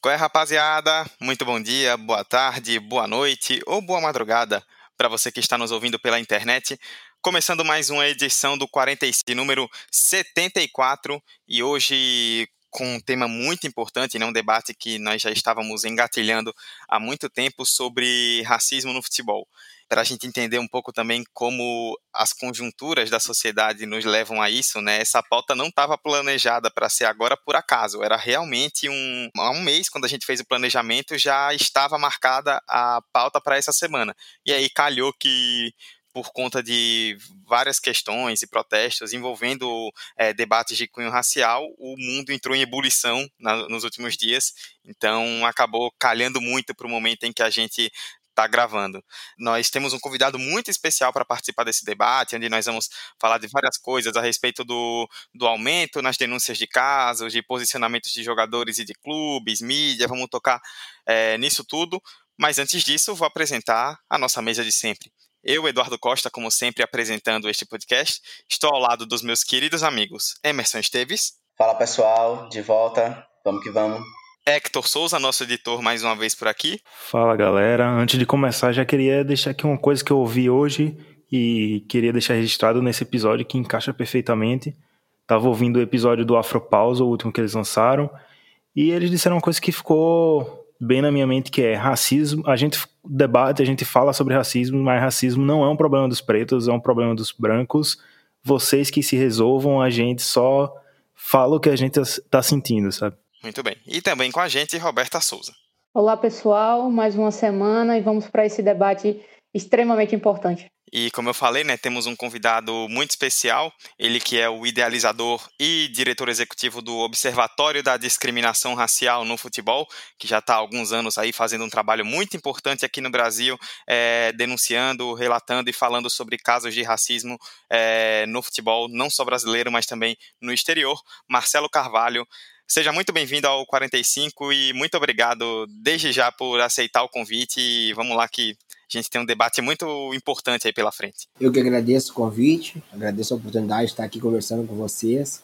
Qual é, rapaziada? Muito bom dia, boa tarde, boa noite ou boa madrugada para você que está nos ouvindo pela internet. Começando mais uma edição do 45, número 74, e hoje com um tema muito importante, né? Um debate que nós já estávamos engatilhando há muito tempo sobre racismo no futebol. Para a gente entender um pouco também como as conjunturas da sociedade nos levam a isso, né? Essa pauta não estava planejada para ser agora por acaso, era realmente há um mês, quando a gente fez o planejamento, já estava marcada a pauta para essa semana. E aí calhou que, por conta de várias questões e protestos envolvendo debates de cunho racial, o mundo entrou em ebulição nos últimos dias, então acabou calhando muito para o momento em que a gente está gravando. Nós temos um convidado muito especial para participar desse debate, onde nós vamos falar de várias coisas a respeito do aumento nas denúncias de casos, de posicionamentos de jogadores e de clubes, mídia, vamos tocar nisso tudo. Mas antes disso, vou apresentar a nossa mesa de sempre. Eu, Eduardo Costa, como sempre, apresentando este podcast, estou ao lado dos meus queridos amigos Emerson Esteves. Fala, pessoal, de volta, vamos que vamos. Hector Souza, nosso editor, mais uma vez por aqui. Fala, galera. Antes de começar, já queria deixar aqui uma coisa que eu ouvi hoje e queria deixar registrado nesse episódio que encaixa perfeitamente. Tava ouvindo o episódio do Afropausa, o último que eles lançaram, e eles disseram uma coisa que ficou bem na minha mente, que é racismo. A gente debate, a gente fala sobre racismo, mas racismo não é um problema dos pretos, é um problema dos brancos. Vocês que se resolvam, a gente só fala o que a gente tá sentindo, sabe? Muito bem. E também com a gente, Roberta Souza. Olá, pessoal. Mais uma semana e vamos para esse debate extremamente importante. E como eu falei, né, temos um convidado muito especial, ele que é o idealizador e diretor executivo do Observatório da Discriminação Racial no Futebol, que já está há alguns anos aí fazendo um trabalho muito importante aqui no Brasil, denunciando, relatando e falando sobre casos de racismo no futebol, não só brasileiro, mas também no exterior. Marcelo Carvalho, seja muito bem-vindo ao 45 e muito obrigado desde já por aceitar o convite, e vamos lá que a gente tem um debate muito importante aí pela frente. Eu que agradeço o convite, agradeço a oportunidade de estar aqui conversando com vocês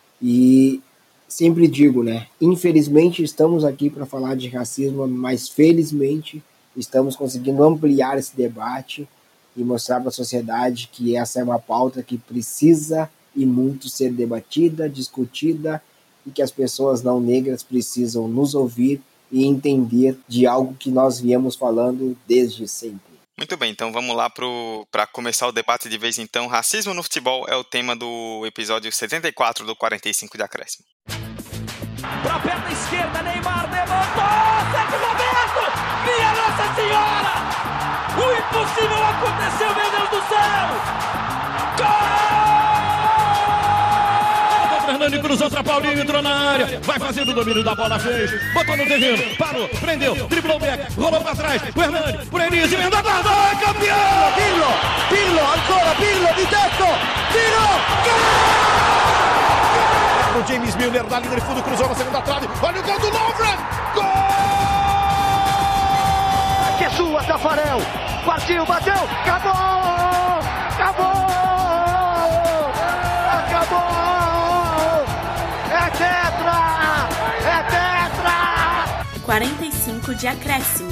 e sempre digo, né, infelizmente estamos aqui para falar de racismo, mas felizmente estamos conseguindo ampliar esse debate e mostrar para a sociedade que essa é uma pauta que precisa e muito ser debatida, discutida, e que as pessoas não negras precisam nos ouvir e entender de algo que nós viemos falando desde sempre. Muito bem, então vamos lá para começar o debate de vez então. Racismo no futebol é o tema do episódio 74 do 45 de Acréscimo. Para a perna esquerda, Neymar levantou! Sérgio Roberto! Minha Nossa Senhora! O impossível aconteceu, meu Deus do céu! Gol! Fernando cruzou para Paulinho, entrou na área, vai fazendo o domínio da bola, fez, botou no terreno, parou, prendeu, driblou o back, rolou para trás, o Hernani, por Enis, emendou, guardou, é campeão! Pirlo, ancora Pirlo, de teto, tirou, gol! O James Milner na linha de fundo, cruzou na segunda trave, olha o gol do Lovren, gol! Que é sua, Tafarel, partiu, bateu, acabou! Acabou! Acabou! É tetra! É tetra! 45 de Acréscimo.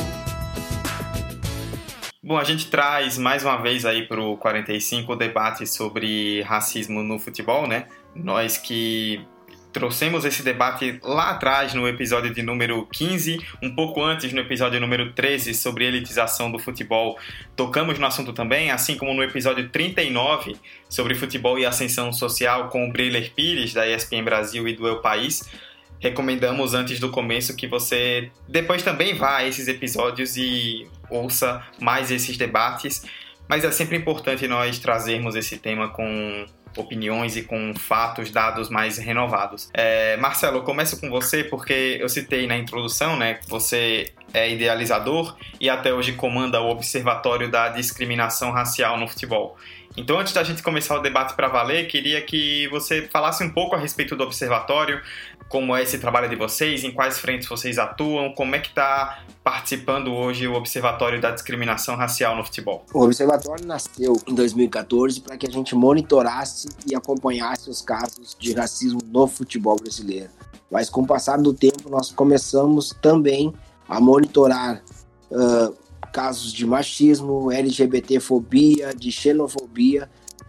Bom, a gente traz mais uma vez aí para o 45 o debate sobre racismo no futebol, né? Nós que trouxemos esse debate lá atrás no episódio de número 15, um pouco antes no episódio número 13 sobre elitização do futebol, tocamos no assunto também, assim como no episódio 39 sobre futebol e ascensão social com o Breler Pires da ESPN Brasil e do El País. Recomendamos antes do começo que você depois também vá a esses episódios e ouça mais esses debates, mas é sempre importante nós trazermos esse tema com opiniões e com fatos, dados mais renovados. Marcelo, eu começo com você porque eu citei na introdução, né, que você é idealizador e até hoje comanda o Observatório da Discriminação Racial no Futebol. Então, antes da gente começar o debate para valer, queria que você falasse um pouco a respeito do Observatório, como é esse trabalho de vocês, em quais frentes vocês atuam, como é que está participando hoje o Observatório da Discriminação Racial no Futebol. O Observatório nasceu em 2014 para que a gente monitorasse e acompanhasse os casos de racismo no futebol brasileiro. mas com o passar do tempo nós começamos também a monitorar casos de machismo, LGBTfobia, de xenofobia,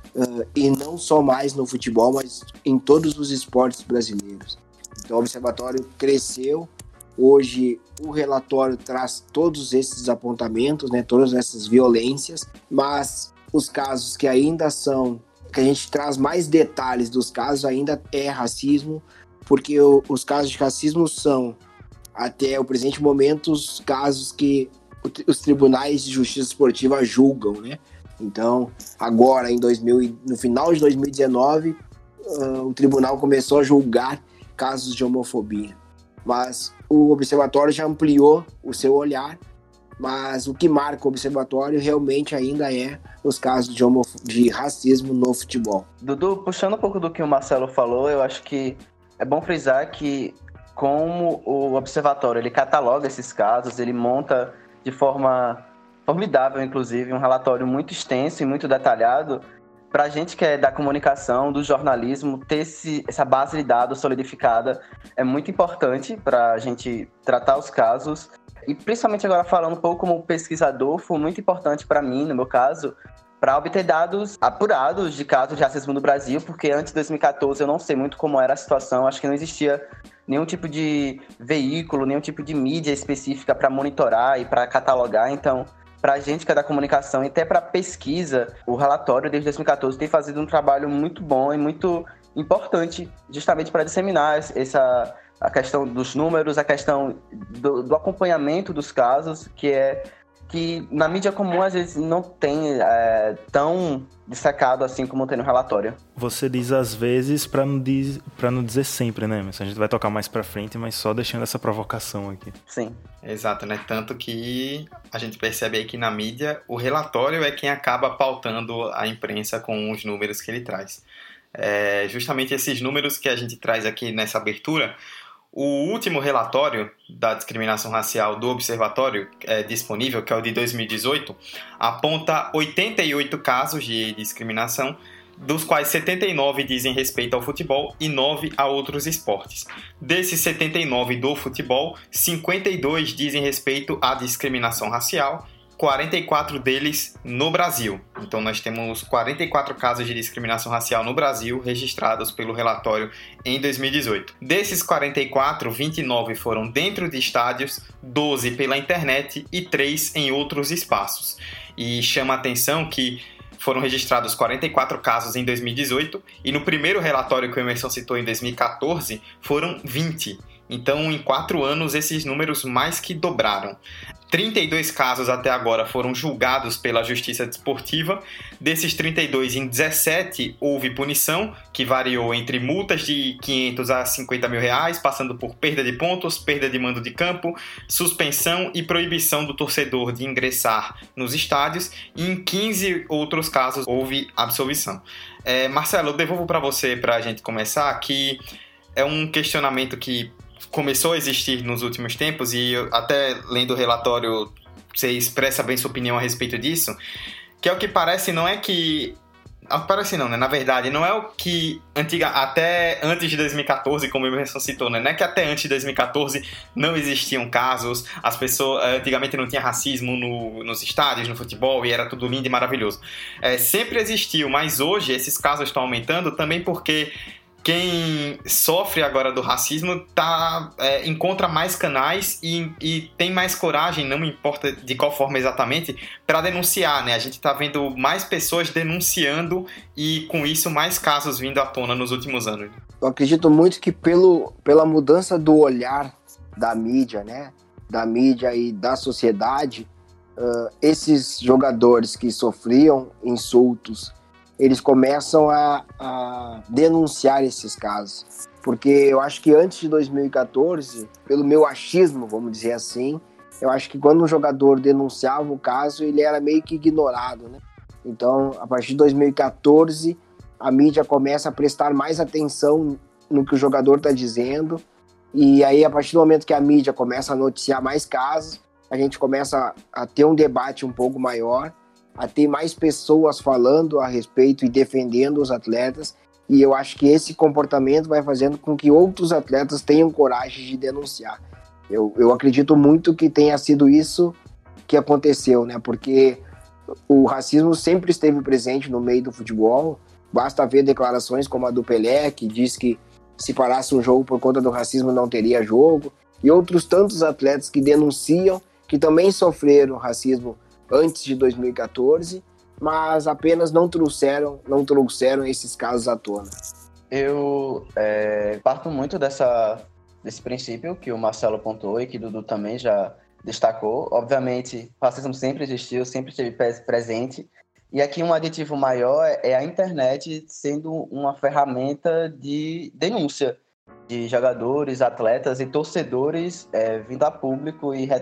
e não só mais no futebol, mas em todos os esportes brasileiros. Então o Observatório cresceu, hoje o relatório traz todos esses apontamentos, né, todas essas violências, mas os casos que ainda são, que a gente traz mais detalhes dos casos, ainda é racismo, porque os casos de racismo são, até o presente momento, os casos que os tribunais de justiça esportiva julgam, né? Então, agora, no final de 2019, o tribunal começou a julgar casos de homofobia. Mas o Observatório já ampliou o seu olhar, mas o que marca o Observatório realmente ainda é os casos de racismo no futebol. Dudu, puxando um pouco do que o Marcelo falou, eu acho que é bom frisar que, como o Observatório ele cataloga esses casos, ele monta de forma formidável, inclusive, um relatório muito extenso e muito detalhado. Para a gente que é da comunicação, do jornalismo, ter essa base de dados solidificada é muito importante para a gente tratar os casos. E principalmente agora falando um pouco como pesquisador, foi muito importante para mim, no meu caso, para obter dados apurados de casos de racismo no Brasil, porque antes de 2014 eu não sei muito como era a situação, acho que não existia nenhum tipo de veículo, nenhum tipo de mídia específica para monitorar e para catalogar. Então, para a gente que é da comunicação e até para pesquisa, o relatório desde 2014 tem feito um trabalho muito bom e muito importante, justamente para disseminar a questão dos números, a questão do acompanhamento dos casos, que na mídia comum às vezes não tem tão destacado assim como tem no relatório. Você diz às vezes para não dizer sempre, né? Mas a gente vai tocar mais pra frente, mas só deixando essa provocação aqui. Sim. Exato, né? Tanto que a gente percebe aí que na mídia o relatório é quem acaba pautando a imprensa com os números que ele traz. Justamente esses números que a gente traz aqui nessa abertura. O último relatório da discriminação racial do Observatório disponível, que é o de 2018, aponta 88 casos de discriminação, dos quais 79 dizem respeito ao futebol e 9 a outros esportes. Desses 79 do futebol, 52 dizem respeito à discriminação racial, 44 deles no Brasil. Então nós temos 44 casos de discriminação racial no Brasil registrados pelo relatório em 2018. Desses 44, 29 foram dentro de estádios, 12 pela internet e 3 em outros espaços. E chama a atenção que foram registrados 44 casos em 2018 e no primeiro relatório que o Emerson citou em 2014 foram 20. Então, em 4 anos, esses números mais que dobraram. 32 casos até agora foram julgados pela Justiça Desportiva. Desses 32, em 17 houve punição, que variou entre multas de 500 a 50 mil reais, passando por perda de pontos, perda de mando de campo, suspensão e proibição do torcedor de ingressar nos estádios. E em 15 outros casos houve absolvição. Marcelo, eu devolvo para você para a gente começar, que é um questionamento que começou a existir nos últimos tempos, e eu, até lendo o relatório, você expressa bem sua opinião a respeito disso, que é o que parece, não é que... Parece não, né? Na verdade, não é o que até antes de 2014, como o Emerson citou, né? Não é que até antes de 2014 não existiam casos, as pessoas... Antigamente não tinha racismo nos estádios, no futebol, e era tudo lindo e maravilhoso. Sempre existiu, mas hoje esses casos estão aumentando também porque quem sofre agora do racismo encontra mais canais e tem mais coragem, não me importa de qual forma exatamente, para denunciar, né? A gente está vendo mais pessoas denunciando e, com isso, mais casos vindo à tona nos últimos anos. Eu acredito muito que pela mudança do olhar da mídia, né? Da mídia e da sociedade, esses jogadores que sofriam insultos, eles começam a denunciar esses casos. Porque eu acho que antes de 2014, pelo meu achismo, vamos dizer assim, eu acho que quando um jogador denunciava o caso, ele era meio que ignorado, né? Então, a partir de 2014, a mídia começa a prestar mais atenção no que o jogador está dizendo, e aí, a partir do momento que a mídia começa a noticiar mais casos, a gente começa a ter um debate um pouco maior, a ter mais pessoas falando a respeito e defendendo os atletas, e eu acho que esse comportamento vai fazendo com que outros atletas tenham coragem de denunciar. Eu acredito muito que tenha sido isso que aconteceu, né? Porque o racismo sempre esteve presente no meio do futebol. Basta ver declarações como a do Pelé, que diz que se parasse um jogo por conta do racismo não teria jogo, e outros tantos atletas que denunciam, que também sofreram racismo antes de 2014, mas apenas não trouxeram esses casos à tona. Eu parto muito desse princípio que o Marcelo pontuou e que o Dudu também já destacou. Obviamente, o racismo sempre existiu, sempre esteve presente. E aqui um aditivo maior é a internet sendo uma ferramenta de denúncia de jogadores, atletas e torcedores vindo a público e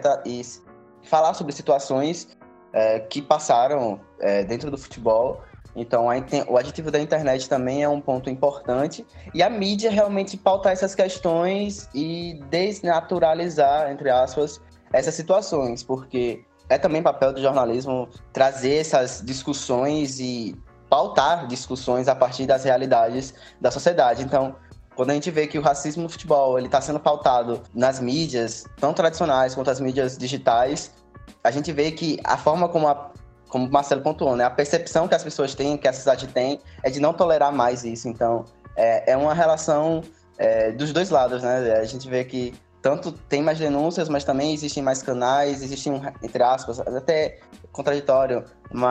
falar sobre situações que passaram dentro do futebol. Então, o aditivo da internet também é um ponto importante. E a mídia realmente pautar essas questões e desnaturalizar, entre aspas, essas situações, porque é também papel do jornalismo trazer essas discussões e pautar discussões a partir das realidades da sociedade. Então, quando a gente vê que o racismo no futebol está sendo pautado nas mídias, tão tradicionais quanto as mídias digitais, a gente vê que a forma como o Marcelo pontuou, né, a percepção que as pessoas têm, que a sociedade tem, é de não tolerar mais isso. Então, é uma relação dos dois lados, né? A gente vê que tanto tem mais denúncias, mas também existem mais canais, existem, entre aspas, até contraditório,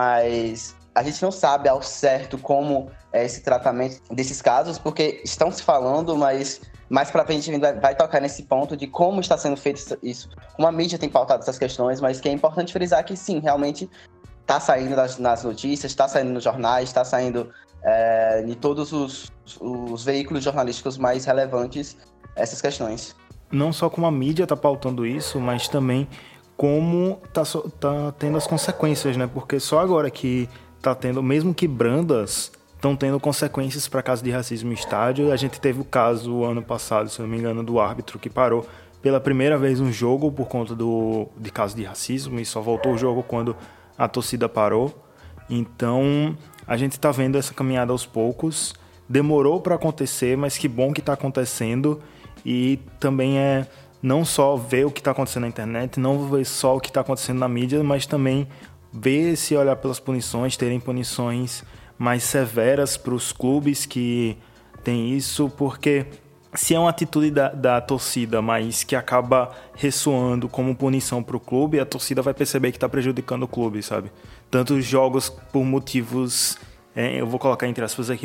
mas a gente não sabe ao certo como é esse tratamento desses casos, porque estão se falando, mas mais pra frente a gente vai tocar nesse ponto de como está sendo feito isso, como a mídia tem pautado essas questões, mas que é importante frisar que sim, realmente está saindo nas notícias, está saindo nos jornais, está saindo em todos os veículos jornalísticos mais relevantes essas questões. Não só como a mídia está pautando isso, mas também como tá tendo as consequências, né? Porque só agora que tá tendo, mesmo que brandas, estão tendo consequências para casos de racismo em estádio. A gente teve o caso ano passado, se não me engano, do árbitro que parou pela primeira vez um jogo por conta de caso de racismo e só voltou o jogo quando a torcida parou. Então, a gente está vendo essa caminhada aos poucos. Demorou para acontecer, mas que bom que está acontecendo. E também não só ver o que está acontecendo na internet, não ver só o que está acontecendo na mídia, mas também ver se olhar pelas punições, terem punições mais severas para os clubes que tem isso, porque se é uma atitude da torcida, mas que acaba ressoando como punição para o clube, a torcida vai perceber que está prejudicando o clube, sabe? Tanto os jogos por motivos, eu vou colocar entre aspas aqui,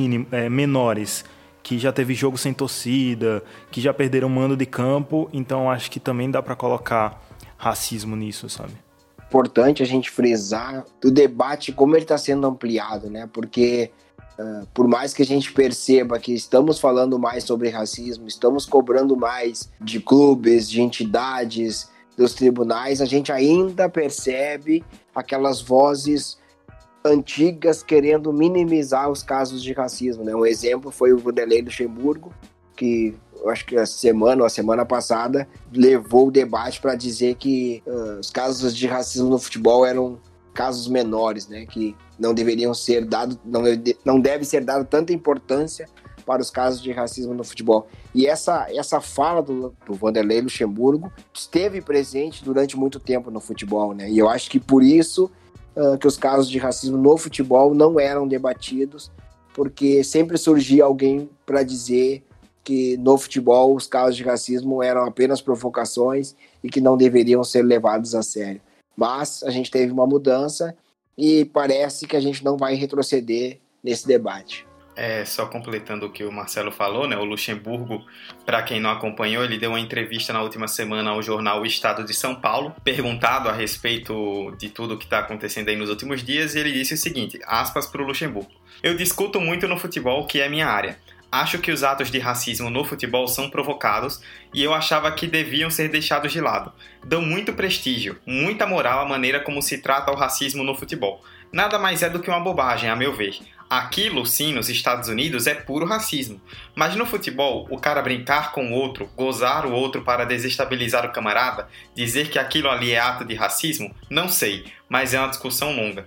menores, que já teve jogo sem torcida, que já perderam mando de campo, então acho que também dá para colocar racismo nisso, sabe? Importante a gente frisar o debate como ele está sendo ampliado, né? Porque por mais que a gente perceba que estamos falando mais sobre racismo, estamos cobrando mais de clubes, de entidades, dos tribunais, a gente ainda percebe aquelas vozes antigas querendo minimizar os casos de racismo, né? Um exemplo foi o Vanderlei Luxemburgo, que eu acho que a semana passada levou o debate para dizer que os casos de racismo no futebol eram casos menores, né? Que não deveriam ser dados, não deve ser dado tanta importância para os casos de racismo no futebol. E essa fala do Vanderlei Luxemburgo esteve presente durante muito tempo no futebol, né? E eu acho que por isso que os casos de racismo no futebol não eram debatidos, porque sempre surgia alguém para dizer que no futebol os casos de racismo eram apenas provocações e que não deveriam ser levados a sério. Mas a gente teve uma mudança e parece que a gente não vai retroceder nesse debate. Só completando o que o Marcelo falou, né? O Luxemburgo, para quem não acompanhou, ele deu uma entrevista na última semana ao jornal O Estado de São Paulo, perguntado a respeito de tudo o que está acontecendo aí nos últimos dias, e ele disse o seguinte, aspas para o Luxemburgo: "Eu discuto muito no futebol, que é minha área. Acho que os atos de racismo no futebol são provocados e eu achava que deviam ser deixados de lado. Dão muito prestígio, muita moral à maneira como se trata o racismo no futebol. Nada mais é do que uma bobagem, a meu ver. Aquilo, sim, nos Estados Unidos é puro racismo. Mas no futebol, o cara brincar com o outro, gozar o outro para desestabilizar o camarada, dizer que aquilo ali é ato de racismo, não sei, mas é uma discussão longa.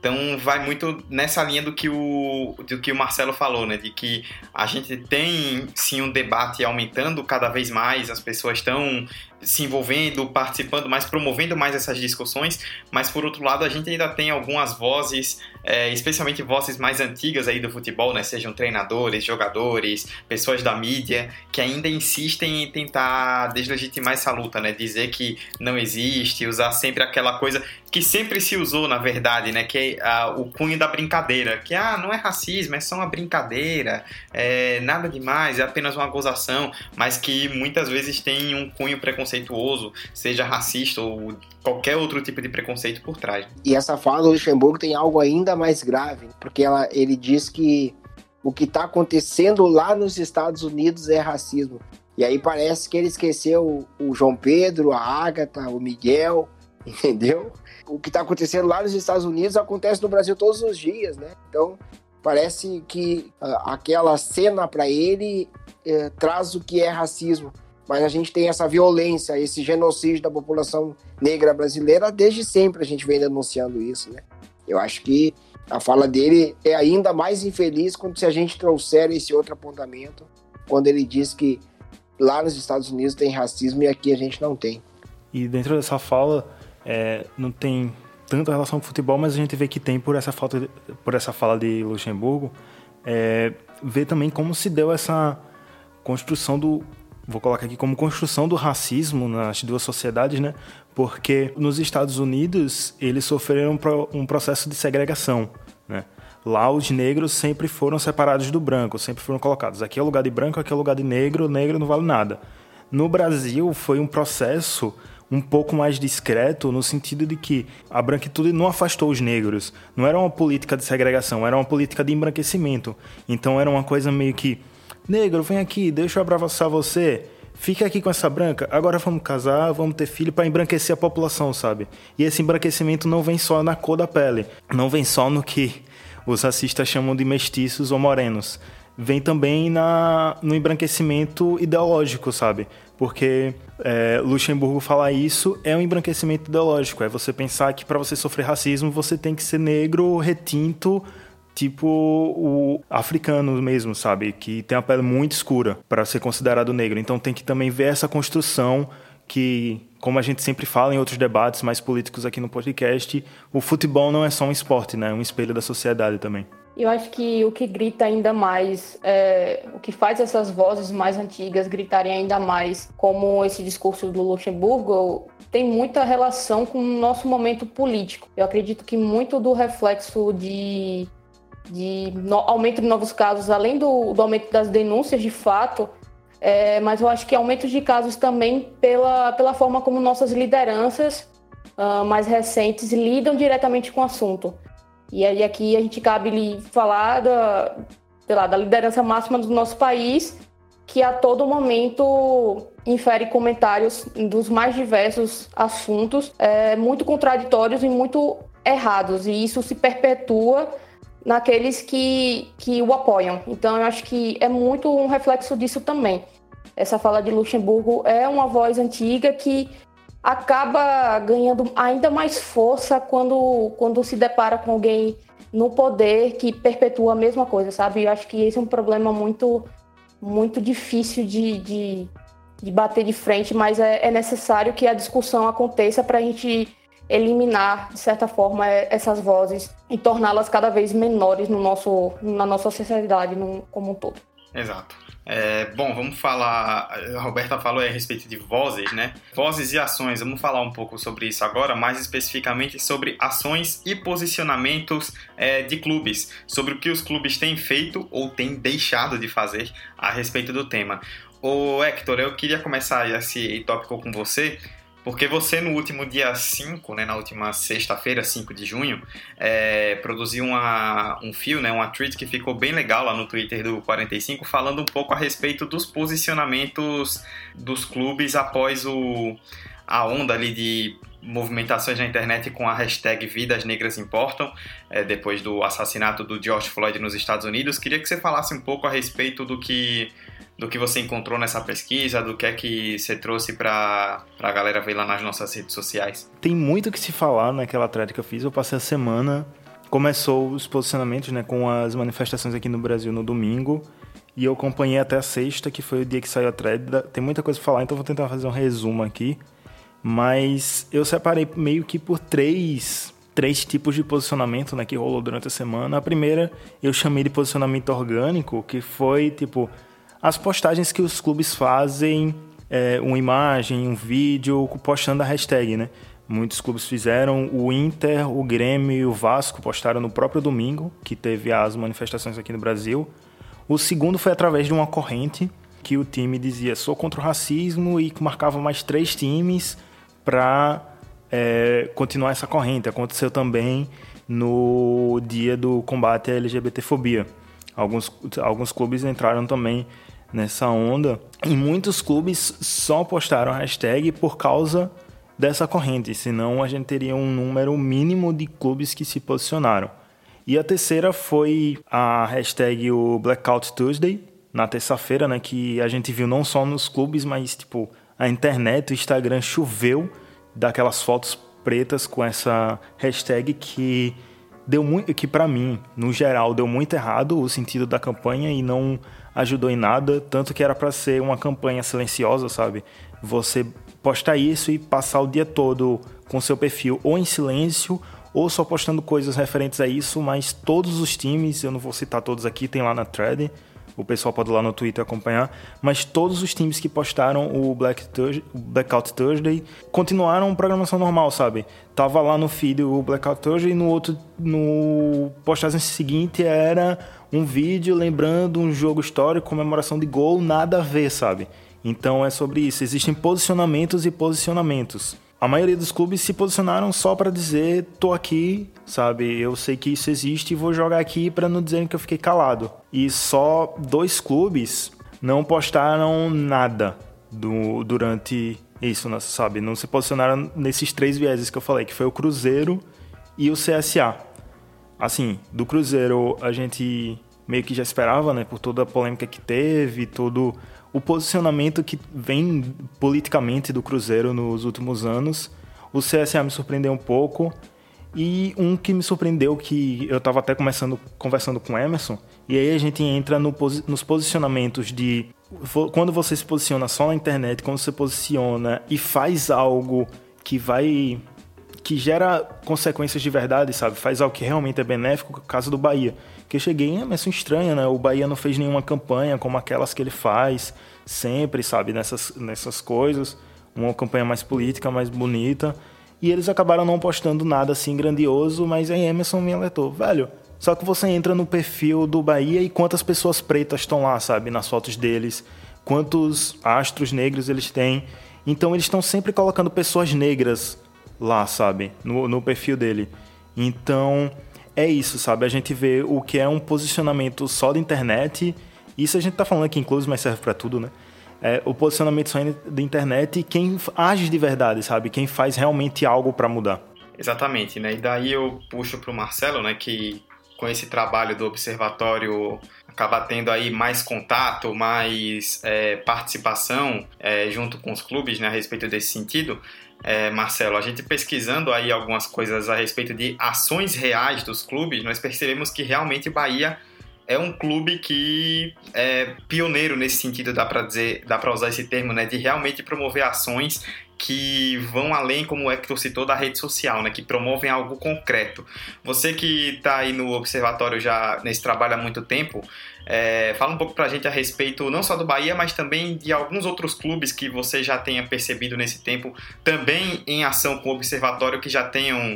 Então vai muito nessa linha do que o Marcelo falou, né? De que a gente tem sim um debate aumentando cada vez mais, as pessoas estão se envolvendo, participando mais, promovendo mais essas discussões, mas por outro lado a gente ainda tem algumas vozes, especialmente vozes mais antigas aí do futebol, né? Sejam treinadores, jogadores, pessoas da mídia, que ainda insistem em tentar deslegitimar essa luta, né? Dizer que não existe, usar sempre aquela coisa que sempre se usou, na verdade, né? Que é o cunho da brincadeira, que não é racismo, é só uma brincadeira, nada demais, é apenas uma gozação, mas que muitas vezes tem um cunho preconceituoso, seja racista ou qualquer outro tipo de preconceito por trás. E essa fala do Luxemburgo tem algo ainda mais grave, porque ele diz que o que está acontecendo lá nos Estados Unidos é racismo. E aí parece que ele esqueceu o João Pedro, a Ágata, o Miguel, entendeu? O que está acontecendo lá nos Estados Unidos acontece no Brasil todos os dias, né? Então parece que aquela cena para ele traz o que é racismo. Mas a gente tem essa violência, esse genocídio da população negra brasileira, desde sempre a gente vem denunciando isso, né? Eu acho que a fala dele é ainda mais infeliz se a gente trouxer esse outro apontamento, quando ele diz que lá nos Estados Unidos tem racismo e aqui a gente não tem. E dentro dessa fala, não tem tanta relação com futebol, mas a gente vê que tem por essa fala de Luxemburgo, vê também como se deu essa construção vou colocar aqui como construção do racismo nas duas sociedades, né? Porque nos Estados Unidos eles sofreram um processo de segregação, né? Lá os negros sempre foram separados do branco, sempre foram colocados. Aqui é o lugar de branco, aqui é o lugar de negro, negro não vale nada. No Brasil foi um processo um pouco mais discreto, no sentido de que a branquitude não afastou os negros. Não era uma política de segregação, era uma política de embranquecimento. Então era uma coisa meio que: negro, vem aqui, deixa eu abraçar você, fica aqui com essa branca, agora vamos casar, vamos ter filho, para embranquecer a população, sabe? E esse embranquecimento não vem só na cor da pele, não vem só no que os racistas chamam de mestiços ou morenos, vem também no embranquecimento ideológico, sabe? Porque Luxemburgo falar isso é um embranquecimento ideológico, é você pensar que para você sofrer racismo você tem que ser negro, retinto, tipo o africano mesmo, sabe? Que tem a pele muito escura para ser considerado negro. Então tem que também ver essa construção que, como a gente sempre fala em outros debates mais políticos aqui no podcast, o futebol não é só um esporte, né? É um espelho da sociedade também. Eu acho que o que grita ainda mais, o que faz essas vozes mais antigas gritarem ainda mais, como esse discurso do Luxemburgo, tem muita relação com o nosso momento político. Eu acredito que muito do reflexo de aumento de novos casos, além do aumento das denúncias de fato, mas eu acho que aumento de casos também pela forma como nossas lideranças mais recentes lidam diretamente com o assunto. E aí aqui a gente cabe falar da liderança máxima do nosso país, que a todo momento infere comentários dos mais diversos assuntos, muito contraditórios e muito errados, e isso se perpetua naqueles que o apoiam. Então eu acho que é muito um reflexo disso também. Essa fala de Luxemburgo é uma voz antiga que acaba ganhando ainda mais força quando se depara com alguém no poder que perpetua a mesma coisa, sabe? Eu acho que esse é um problema muito, muito difícil de bater de frente, mas é necessário que a discussão aconteça para a gente eliminar, de certa forma, essas vozes e torná-las cada vez menores na nossa sociedade como um todo. Exato. Bom, vamos falar, a Roberta falou a respeito de vozes, né? Vozes e ações, vamos falar um pouco sobre isso agora, mais especificamente sobre ações e posicionamentos de clubes, sobre o que os clubes têm feito ou têm deixado de fazer a respeito do tema. Ô Hector, eu queria começar esse tópico com você, porque você no último dia 5, né, na última sexta-feira, 5 de junho, produziu um fio, né, uma tweet que ficou bem legal lá no Twitter do 45, falando um pouco a respeito dos posicionamentos dos clubes após a onda ali de movimentações na internet com a hashtag Vidas Negras Importam, depois do assassinato do George Floyd nos Estados Unidos. Queria que você falasse um pouco a respeito do que você encontrou nessa pesquisa, do que é que você trouxe para a galera ver lá nas nossas redes sociais. Tem muito o que se falar naquela thread que eu fiz. Eu passei a semana começou os posicionamentos, né, com as manifestações aqui no Brasil no domingo, e eu acompanhei até a sexta, que foi o dia que saiu a thread. Tem muita coisa para falar, então vou tentar fazer um resumo aqui. Mas eu separei meio que por três tipos de posicionamento, né, que rolou durante a semana. A primeira eu chamei de posicionamento orgânico, que foi tipo as postagens que os clubes fazem, uma imagem, um vídeo, postando a hashtag, né? Muitos clubes fizeram, o Inter, o Grêmio e o Vasco postaram no próprio domingo, que teve as manifestações aqui no Brasil. O segundo foi através de uma corrente que o time dizia sou contra o racismo e que marcava mais 3 times para continuar essa corrente. Aconteceu também no dia do combate à LGBTfobia. Alguns clubes entraram também nessa onda e muitos clubes só postaram a hashtag por causa dessa corrente, senão a gente teria um número mínimo de clubes que se posicionaram. E a terceira foi a hashtag o Blackout Tuesday, na terça-feira, né, que a gente viu não só nos clubes, mas tipo, a internet, o Instagram choveu daquelas fotos pretas com essa hashtag que deu muito, que para mim, no geral, deu muito errado o sentido da campanha e não ajudou em nada, tanto que era para ser uma campanha silenciosa, sabe? Você postar isso e passar o dia todo com seu perfil ou em silêncio ou só postando coisas referentes a isso, mas todos os times, eu não vou citar todos aqui, tem lá na thread, o pessoal pode ir lá no Twitter acompanhar, mas todos os times que postaram o Blackout Thursday continuaram programação normal, sabe? Tava lá no feed o Blackout Thursday e no postagem seguinte era um vídeo lembrando um jogo histórico, comemoração de gol, nada a ver, sabe? Então é sobre isso, existem posicionamentos e posicionamentos. A maioria dos clubes se posicionaram só para dizer, tô aqui, sabe? Eu sei que isso existe e vou jogar aqui para não dizerem que eu fiquei calado. E só 2 clubes não postaram nada durante isso, sabe? Não se posicionaram nesses 3 vieses que eu falei, que foi o Cruzeiro e o CSA. Assim, do Cruzeiro a gente meio que já esperava, né? Por toda a polêmica que teve, todo o posicionamento que vem politicamente do Cruzeiro nos últimos anos. O CSA me surpreendeu um pouco. E um que me surpreendeu, que eu estava até conversando com o Emerson, e aí a gente entra nos posicionamentos de... Quando você se posiciona só na internet, quando você posiciona e faz algo que gera consequências de verdade, sabe? Faz algo que realmente é benéfico, o caso do Bahia. Que eu cheguei em Emerson estranha, né? O Bahia não fez nenhuma campanha como aquelas que ele faz sempre, sabe? Nessas coisas. Uma campanha mais política, mais bonita. E eles acabaram não postando nada assim grandioso, mas aí Emerson me alertou. Velho, só que você entra no perfil do Bahia e quantas pessoas pretas estão lá, sabe? Nas fotos deles. Quantos astros negros eles têm. Então eles estão sempre colocando pessoas negras lá, sabe? No perfil dele. Então... é isso, sabe? A gente vê o que é um posicionamento só da internet. Isso a gente tá falando aqui em clubes, mas serve pra tudo, né? O posicionamento só da internet e quem age de verdade, sabe? Quem faz realmente algo pra mudar. Exatamente, né? E daí eu puxo pro Marcelo, né? Que com esse trabalho do observatório acaba tendo aí mais contato, mais participação junto com os clubes, né? A respeito desse sentido. Marcelo, a gente pesquisando aí algumas coisas a respeito de ações reais dos clubes, nós percebemos que realmente o Bahia é um clube que é pioneiro nesse sentido, dá para usar esse termo, né, de realmente promover ações que vão além, como o Hector citou, da rede social, né, que promovem algo concreto. Você que está aí no observatório já nesse trabalho há muito tempo, fala um pouco pra gente a respeito não só do Bahia, mas também de alguns outros clubes que você já tenha percebido nesse tempo, também em ação com o observatório, que já tenham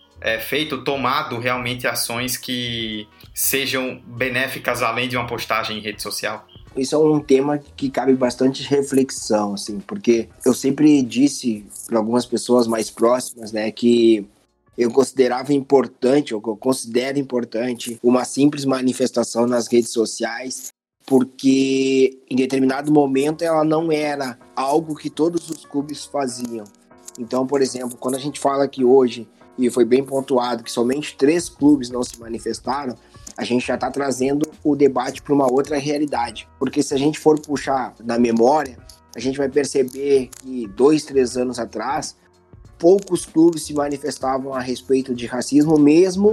tomado realmente ações que sejam benéficas além de uma postagem em rede social. Isso é um tema que cabe bastante reflexão, assim, porque eu sempre disse para algumas pessoas mais próximas, né, que eu considerava importante, ou que eu considero importante, uma simples manifestação nas redes sociais, porque em determinado momento ela não era algo que todos os clubes faziam. Então, por exemplo, quando a gente fala que hoje, e foi bem pontuado, que somente 3 clubes não se manifestaram, a gente já está trazendo o debate para uma outra realidade. Porque se a gente for puxar na memória, a gente vai perceber que 2, 3 anos atrás, poucos clubes se manifestavam a respeito de racismo, mesmo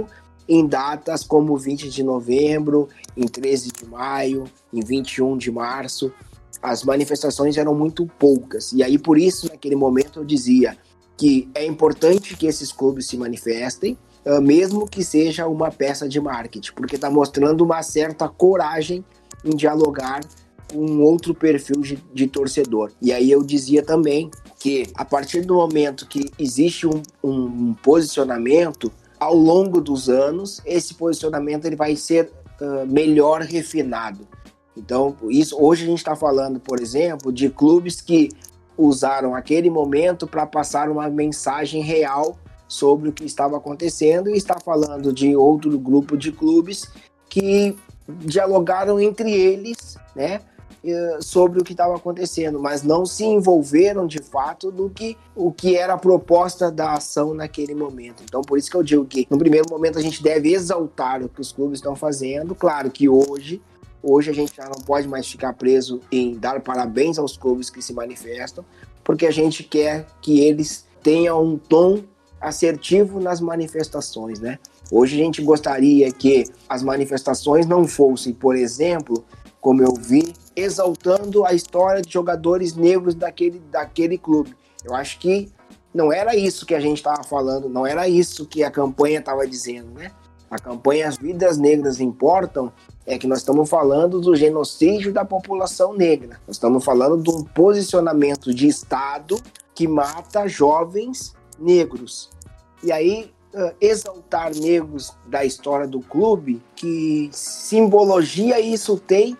em datas como 20 de novembro, em 13 de maio, em 21 de março. As manifestações eram muito poucas. E aí, por isso, naquele momento, eu dizia que é importante que esses clubes se manifestem, mesmo que seja uma peça de marketing, porque está mostrando uma certa coragem em dialogar com um outro perfil de torcedor. E aí eu dizia também que, a partir do momento que existe um posicionamento, ao longo dos anos, esse posicionamento ele vai ser melhor refinado. Então, hoje a gente está falando, por exemplo, de clubes que usaram aquele momento para passar uma mensagem real sobre o que estava acontecendo, e está falando de outro grupo de clubes que dialogaram entre eles, né, sobre o que estava acontecendo, mas não se envolveram de fato no que era a proposta da ação naquele momento. Então, por isso que eu digo que, no primeiro momento, a gente deve exaltar o que os clubes estão fazendo. Claro que hoje a gente já não pode mais ficar preso em dar parabéns aos clubes que se manifestam, porque a gente quer que eles tenham um tom assertivo nas manifestações, né? Hoje a gente gostaria que as manifestações não fossem, por exemplo, como eu vi, exaltando a história de jogadores negros daquele clube. Eu acho que não era isso que a gente estava falando, não era isso que a campanha estava dizendo, né? A campanha As Vidas Negras Importam é que nós estamos falando do genocídio da população negra. Nós estamos falando de um posicionamento de Estado que mata jovens negros. E aí, exaltar negros da história do clube, que simbologia isso tem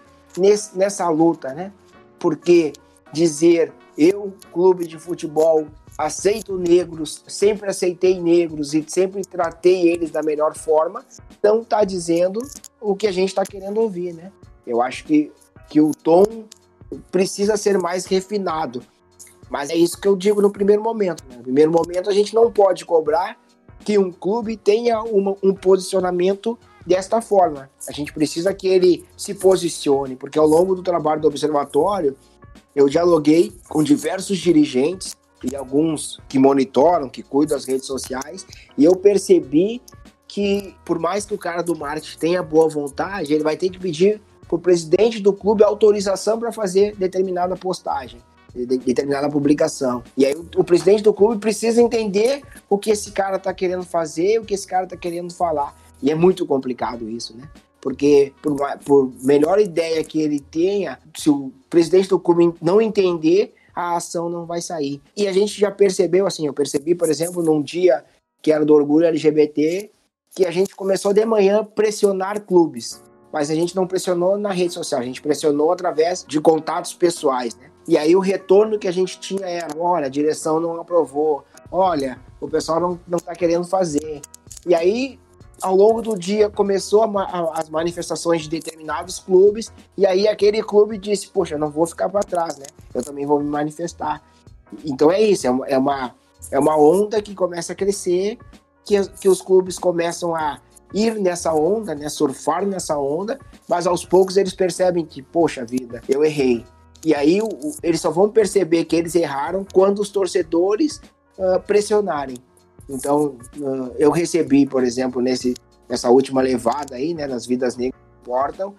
nessa luta, né? Porque dizer, eu, clube de futebol, aceito negros, sempre aceitei negros e sempre tratei eles da melhor forma, não está dizendo o que a gente está querendo ouvir, né? Eu acho que o tom precisa ser mais refinado. Mas é isso que eu digo no primeiro momento, né? No primeiro momento, a gente não pode cobrar que um clube tenha um posicionamento desta forma. A gente precisa que ele se posicione, porque ao longo do trabalho do Observatório, eu dialoguei com diversos dirigentes e alguns que monitoram, que cuidam das redes sociais, e eu percebi que, por mais que o cara do marketing tenha boa vontade, ele vai ter que pedir para o presidente do clube autorização para fazer determinada postagem, determinada publicação. E aí o presidente do clube precisa entender o que esse cara está querendo fazer, o que esse cara está querendo falar. E é muito complicado isso, né? Porque por melhor ideia que ele tenha, se o presidente do clube não entender, a ação não vai sair. E a gente já percebeu, assim, eu percebi, por exemplo, num dia que era do orgulho LGBT, que a gente começou de manhã a pressionar clubes. Mas a gente não pressionou na rede social, a gente pressionou através de contatos pessoais, né? E aí o retorno que a gente tinha era, olha, a direção não aprovou, olha, o pessoal não está querendo fazer. E aí, ao longo do dia, começou as manifestações de determinados clubes, e aí aquele clube disse, poxa, eu não vou ficar para trás, né? Eu também vou me manifestar. Então é isso, é uma onda que começa a crescer, que os clubes começam a ir nessa onda, né? Surfar nessa onda, mas aos poucos eles percebem que, poxa vida, eu errei. E aí eles só vão perceber que eles erraram quando os torcedores pressionarem. Então, eu recebi, por exemplo, nessa última levada aí, né, nas Vidas Negras Importam,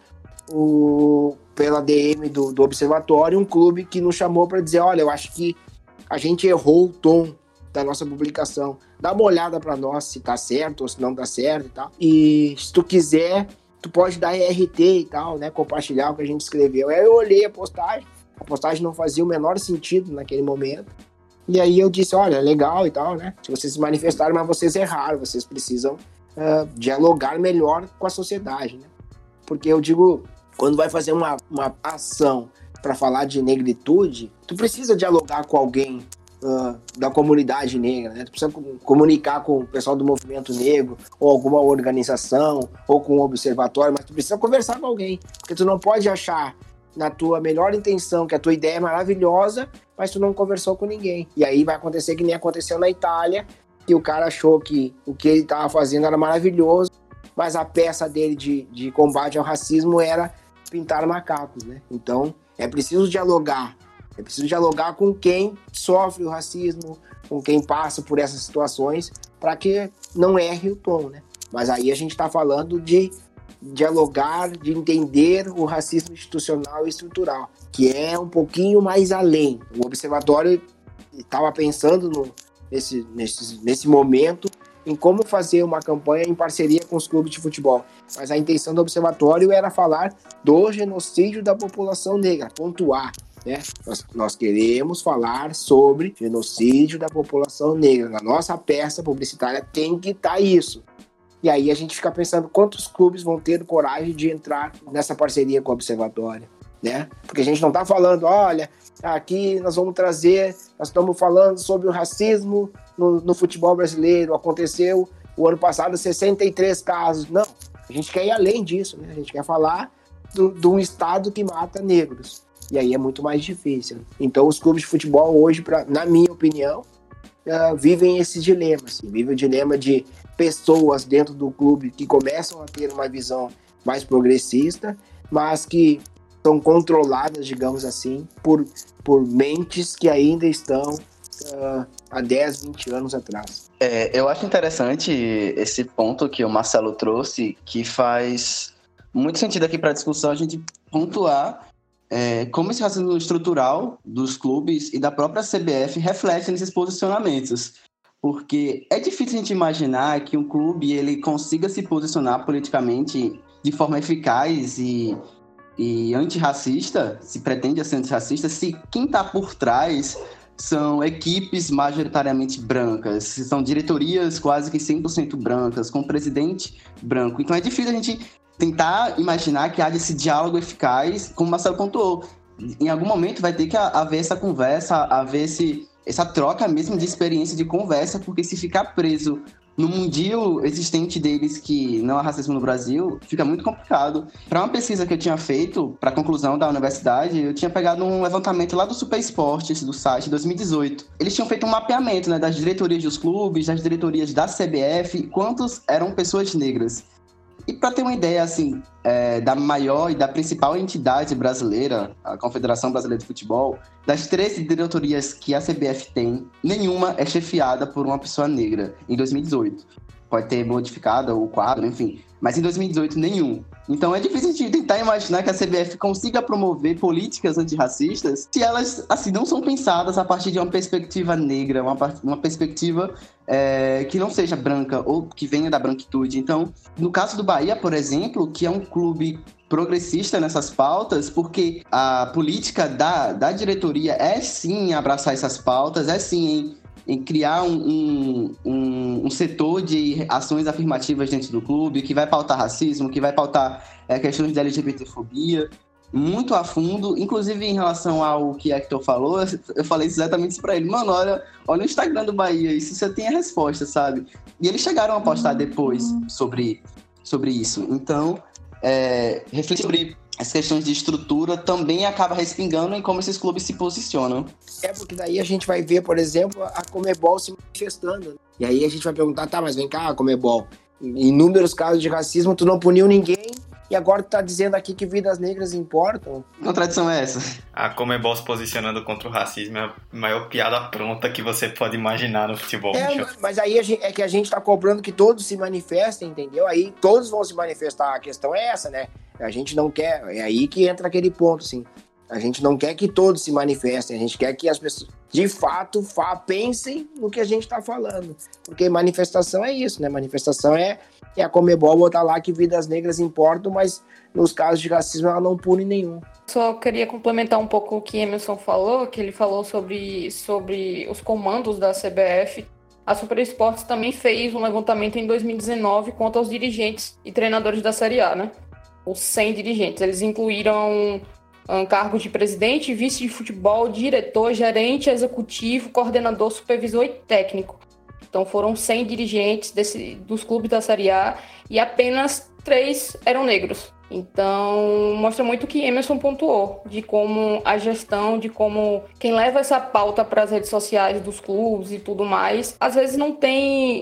pela DM do Observatório, um clube que nos chamou para dizer, olha, eu acho que a gente errou o tom da nossa publicação. Dá uma olhada para nós se tá certo ou se não tá certo e tal. E se tu quiser, tu pode dar RT e tal, né, compartilhar o que a gente escreveu. Aí eu olhei a postagem não fazia o menor sentido naquele momento. E aí eu disse, olha, legal e tal, né? Se vocês se manifestaram, mas vocês erraram, vocês precisam dialogar melhor com a sociedade, né? Porque eu digo, quando vai fazer uma ação para falar de negritude, tu precisa dialogar com alguém da comunidade negra, né? Tu precisa comunicar com o pessoal do movimento negro, ou alguma organização, ou com um observatório, mas tu precisa conversar com alguém, porque tu não pode achar na tua melhor intenção que a tua ideia é maravilhosa, mas tu não conversou com ninguém. E aí vai acontecer que nem aconteceu na Itália, que o cara achou que o que ele estava fazendo era maravilhoso, mas a peça dele de combate ao racismo era pintar macacos, né? Então, é preciso dialogar com quem sofre o racismo, com quem passa por essas situações, para que não erre o tom, né? Mas aí a gente está falando de dialogar, de entender o racismo institucional e estrutural, que é um pouquinho mais além. O Observatório estava pensando nesse momento em como fazer uma campanha em parceria com os clubes de futebol. Mas a intenção do Observatório era falar do genocídio da população negra, pontuar. Né? Nós queremos falar sobre genocídio da população negra. Na nossa peça publicitária tem que estar isso. E aí a gente fica pensando quantos clubes vão ter coragem de entrar nessa parceria com o Observatório, né? Porque a gente não está falando, olha, aqui nós estamos falando sobre o racismo no futebol brasileiro, aconteceu o ano passado 63 casos. Não, a gente quer ir além disso, né? A gente quer falar de um estado que mata negros. E aí é muito mais difícil. Então os clubes de futebol hoje, na minha opinião, vivem esse dilema. Assim, vivem o dilema de pessoas dentro do clube que começam a ter uma visão mais progressista, mas que são controladas, digamos assim, por mentes que ainda estão há 10, 20 anos atrás. Eu acho interessante esse ponto que o Marcelo trouxe, que faz muito sentido aqui para a discussão a gente pontuar como esse racismo estrutural dos clubes e da própria CBF reflete nesses posicionamentos. Porque é difícil a gente imaginar que um clube ele consiga se posicionar politicamente de forma eficaz e antirracista, se pretende ser antirracista, se quem está por trás são equipes majoritariamente brancas, são diretorias quase que 100% brancas, com presidente branco. Então é difícil a gente tentar imaginar que haja esse diálogo eficaz, como o Marcelo pontuou. Em algum momento vai ter que haver essa conversa, haver essa troca mesmo de experiência, de conversa, porque se ficar preso no mundinho existente deles, que não há racismo no Brasil, fica muito complicado. Para uma pesquisa que eu tinha feito, para a conclusão da universidade, eu tinha pegado um levantamento lá do Super Esportes, do site, de 2018. Eles tinham feito um mapeamento, né, das diretorias dos clubes, das diretorias da CBF, quantos eram pessoas negras. E para ter uma ideia, assim, da maior e da principal entidade brasileira, a Confederação Brasileira de Futebol, das 13 diretorias que a CBF tem, nenhuma é chefiada por uma pessoa negra, em 2018. Pode ter modificado o quadro, enfim. Mas em 2018, nenhum. Então é difícil de tentar imaginar que a CBF consiga promover políticas antirracistas se elas, assim, não são pensadas a partir de uma perspectiva negra, uma perspectiva que não seja branca ou que venha da branquitude. Então, no caso do Bahia, por exemplo, que é um clube progressista nessas pautas, porque a política da diretoria é sim abraçar essas pautas, é sim em criar um setor de ações afirmativas dentro do clube, que vai pautar racismo, que vai pautar questões de LGBTfobia, muito a fundo. Inclusive, em relação ao que Hector falou, eu falei exatamente isso pra ele. Mano, olha o Instagram do Bahia, isso você tem a resposta, sabe? E eles chegaram a postar depois sobre isso. Então, refletir sobre as questões de estrutura também acaba respingando em como esses clubes se posicionam. Porque daí a gente vai ver, por exemplo, a Conmebol se manifestando. E aí a gente vai perguntar, tá, mas vem cá, Conmebol, em inúmeros casos de racismo, tu não puniu ninguém e agora tu tá dizendo aqui que vidas negras importam. Que contradição é essa? A Conmebol se posicionando contra o racismo é a maior piada pronta que você pode imaginar no futebol. Mas aí é que a gente tá cobrando que todos se manifestem, entendeu? Aí todos vão se manifestar, a questão é essa, né? A gente não quer, é aí que entra aquele ponto, assim. A gente não quer que todos se manifestem, a gente quer que as pessoas, de fato, pensem no que a gente está falando. Porque manifestação é isso, né? Manifestação é a Conmebol botar lá que vidas negras importam, mas nos casos de racismo ela não pune nenhum. Só queria complementar um pouco o que Emerson falou, que ele falou sobre os comandos da CBF. A Super Esportes também fez um levantamento em 2019 quanto aos dirigentes e treinadores da Série A, né? Os 100 dirigentes. Eles incluíram cargos de presidente, vice de futebol, diretor, gerente, executivo, coordenador, supervisor e técnico. Então foram 100 dirigentes dos clubes da Série A e apenas 3 eram negros. Então mostra muito o que Emerson pontuou, de como a gestão, de como quem leva essa pauta para as redes sociais dos clubes e tudo mais, às vezes não tem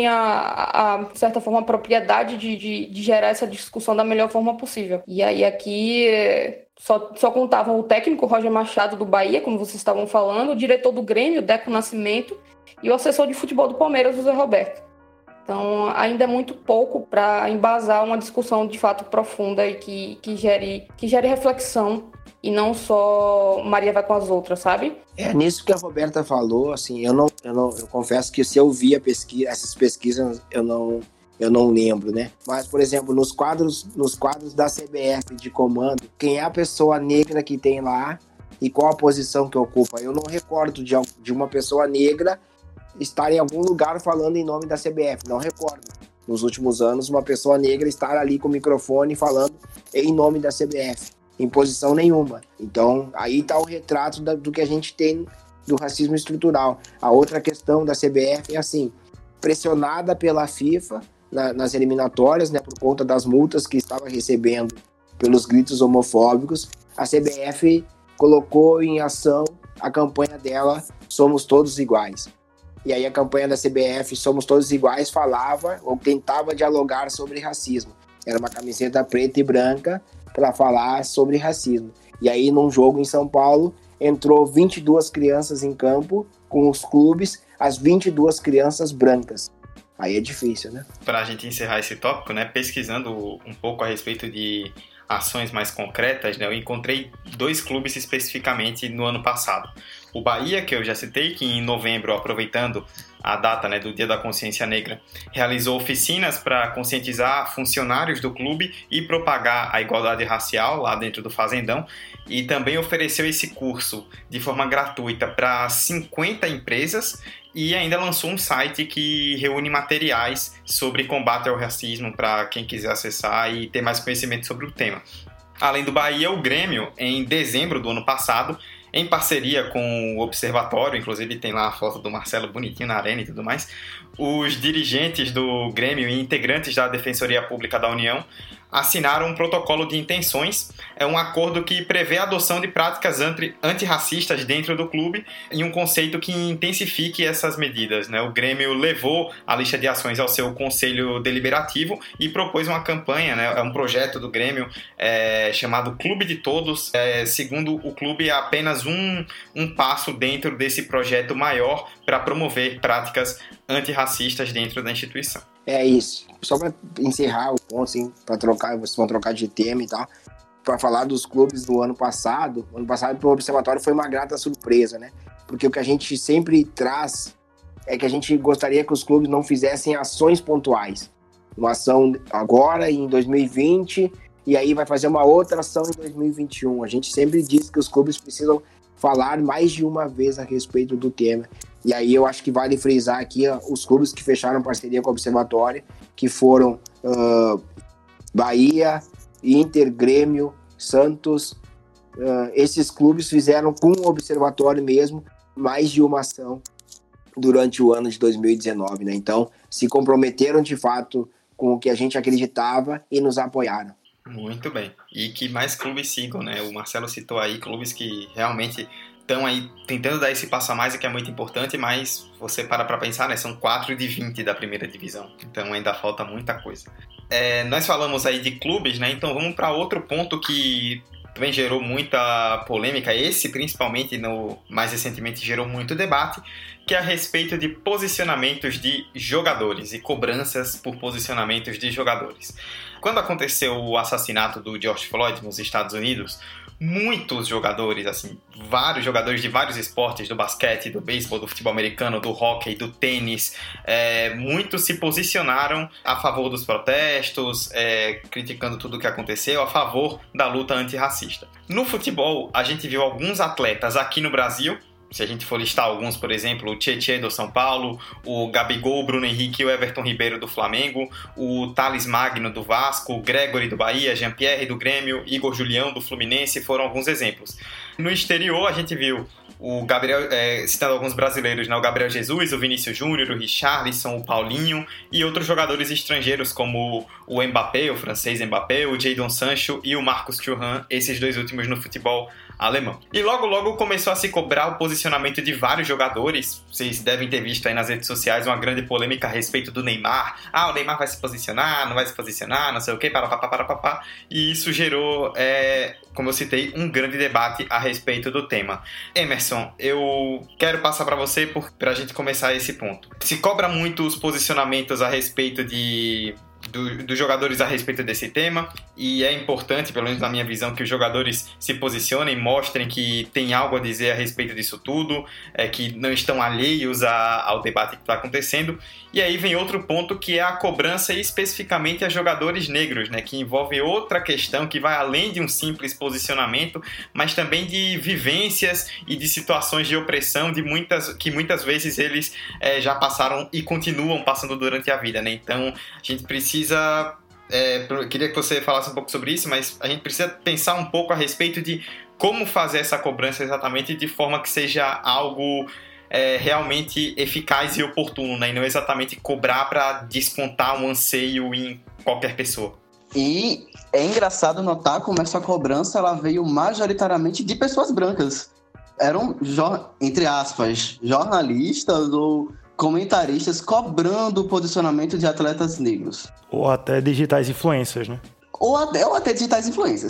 de certa forma, a propriedade de gerar essa discussão da melhor forma possível. E aí aqui só contavam o técnico Roger Machado do Bahia, como vocês estavam falando, o diretor do Grêmio, Deco Nascimento, e o assessor de futebol do Palmeiras, José Roberto. Então, ainda é muito pouco para embasar uma discussão de fato profunda e que gere reflexão e não só Maria vai com as outras, sabe? É nisso que a Roberta falou, assim, eu confesso que se eu vi essas pesquisas, eu não lembro, né? Mas, por exemplo, nos quadros da CBF de comando, quem é a pessoa negra que tem lá e qual a posição que ocupa? Eu não recordo de uma pessoa negra estar em algum lugar falando em nome da CBF, não recordo. Nos últimos anos, uma pessoa negra estar ali com o microfone falando em nome da CBF, em posição nenhuma. Então, aí está o retrato do que a gente tem do racismo estrutural. A outra questão da CBF é assim, pressionada pela FIFA nas eliminatórias, né, por conta das multas que estava recebendo pelos gritos homofóbicos, a CBF colocou em ação a campanha dela Somos Todos Iguais. E aí a campanha da CBF Somos Todos Iguais falava ou tentava dialogar sobre racismo. Era uma camiseta preta e branca para falar sobre racismo. E aí num jogo em São Paulo entrou 22 crianças em campo com os clubes, as 22 crianças brancas. Aí é difícil, né? Para a gente encerrar esse tópico, né, pesquisando um pouco a respeito de ações mais concretas, né, eu encontrei 2 clubes especificamente no ano passado. O Bahia, que eu já citei, que em novembro, aproveitando a data, né, do Dia da Consciência Negra, realizou oficinas para conscientizar funcionários do clube e propagar a igualdade racial lá dentro do Fazendão, e também ofereceu esse curso de forma gratuita para 50 empresas e ainda lançou um site que reúne materiais sobre combate ao racismo para quem quiser acessar e ter mais conhecimento sobre o tema. Além do Bahia, o Grêmio, em dezembro do ano passado, em parceria com o Observatório, inclusive tem lá a foto do Marcelo bonitinho na arena e tudo mais, os dirigentes do Grêmio e integrantes da Defensoria Pública da União assinaram um protocolo de intenções, é um acordo que prevê a adoção de práticas antirracistas dentro do clube e um conceito que intensifique essas medidas, né? O Grêmio levou a lista de ações ao seu conselho deliberativo e propôs uma campanha, né? É um projeto do Grêmio chamado Clube de Todos. Segundo o clube, é apenas um passo dentro desse projeto maior para promover práticas antirracistas dentro da instituição. É isso. Só para encerrar o ponto, assim, vocês vão trocar de tema e tal, para falar dos clubes do ano passado. O ano passado, para o Observatório, foi uma grata surpresa, né? Porque o que a gente sempre traz é que a gente gostaria que os clubes não fizessem ações pontuais. Uma ação agora, em 2020, e aí vai fazer uma outra ação em 2021. A gente sempre diz que os clubes precisam falar mais de uma vez a respeito do tema. E aí eu acho que vale frisar aqui os clubes que fecharam parceria com o Observatório, que foram Bahia, Inter, Grêmio, Santos. Esses clubes fizeram com o Observatório mesmo mais de uma ação durante o ano de 2019, né? Então, se comprometeram de fato com o que a gente acreditava e nos apoiaram. Muito bem. E que mais clubes sigam, né? O Marcelo citou aí clubes que realmente estão aí tentando dar esse passo a mais, que é muito importante, mas você para pensar, né? São 4 de 20 da primeira divisão. Então ainda falta muita coisa. Nós falamos aí de clubes, né? Então vamos para outro ponto que também gerou muita polêmica. Esse, principalmente, mais recentemente, gerou muito debate, que é a respeito de posicionamentos de jogadores e cobranças por posicionamentos de jogadores. Quando aconteceu o assassinato do George Floyd nos Estados Unidos, muitos jogadores, assim, vários jogadores de vários esportes, do basquete, do beisebol, do futebol americano, do hóquei, do tênis, muitos se posicionaram a favor dos protestos, criticando tudo o que aconteceu, a favor da luta antirracista. No futebol, a gente viu alguns atletas aqui no Brasil, se a gente for listar alguns, por exemplo, o Tietê do São Paulo, o Gabigol, o Bruno Henrique e o Everton Ribeiro do Flamengo, o Thales Magno do Vasco, o Gregory do Bahia, Jean-Pierre do Grêmio, Igor Julião do Fluminense, foram alguns exemplos. No exterior, a gente viu o Gabriel, citando alguns brasileiros, né? O Gabriel Jesus, o Vinícius Júnior, o Richarlison, o Paulinho e outros jogadores estrangeiros como o Mbappé, o francês Mbappé, o Jadon Sancho e o Marcos Thuram, esses 2 últimos no futebol alemão. E logo começou a se cobrar o posicionamento de vários jogadores. Vocês devem ter visto aí nas redes sociais uma grande polêmica a respeito do Neymar. O Neymar vai se posicionar, não vai se posicionar, não sei o que, papapá. E isso gerou, como eu citei, um grande debate a respeito do tema. Emerson, eu quero passar para você para a gente começar esse ponto. Se cobra muito os posicionamentos a respeito dos jogadores a respeito desse tema, e é importante, pelo menos na minha visão, que os jogadores se posicionem, mostrem que tem algo a dizer a respeito disso tudo, que não estão alheios ao debate que está acontecendo. E aí vem outro ponto, que é a cobrança especificamente a jogadores negros, né, que envolve outra questão que vai além de um simples posicionamento, mas também de vivências e de situações de opressão que muitas vezes eles já passaram e continuam passando durante a vida, né? Então a gente precisa queria que você falasse um pouco sobre isso, mas a gente precisa pensar um pouco a respeito de como fazer essa cobrança exatamente de forma que seja algo realmente eficaz e oportuno, né? E não exatamente cobrar para descontar um anseio em qualquer pessoa. E é engraçado notar como essa cobrança ela veio majoritariamente de pessoas brancas. Eram, entre aspas, jornalistas ou comentaristas cobrando o posicionamento de atletas negros. Ou até digitais influencers, né? Ou até digitais influencers.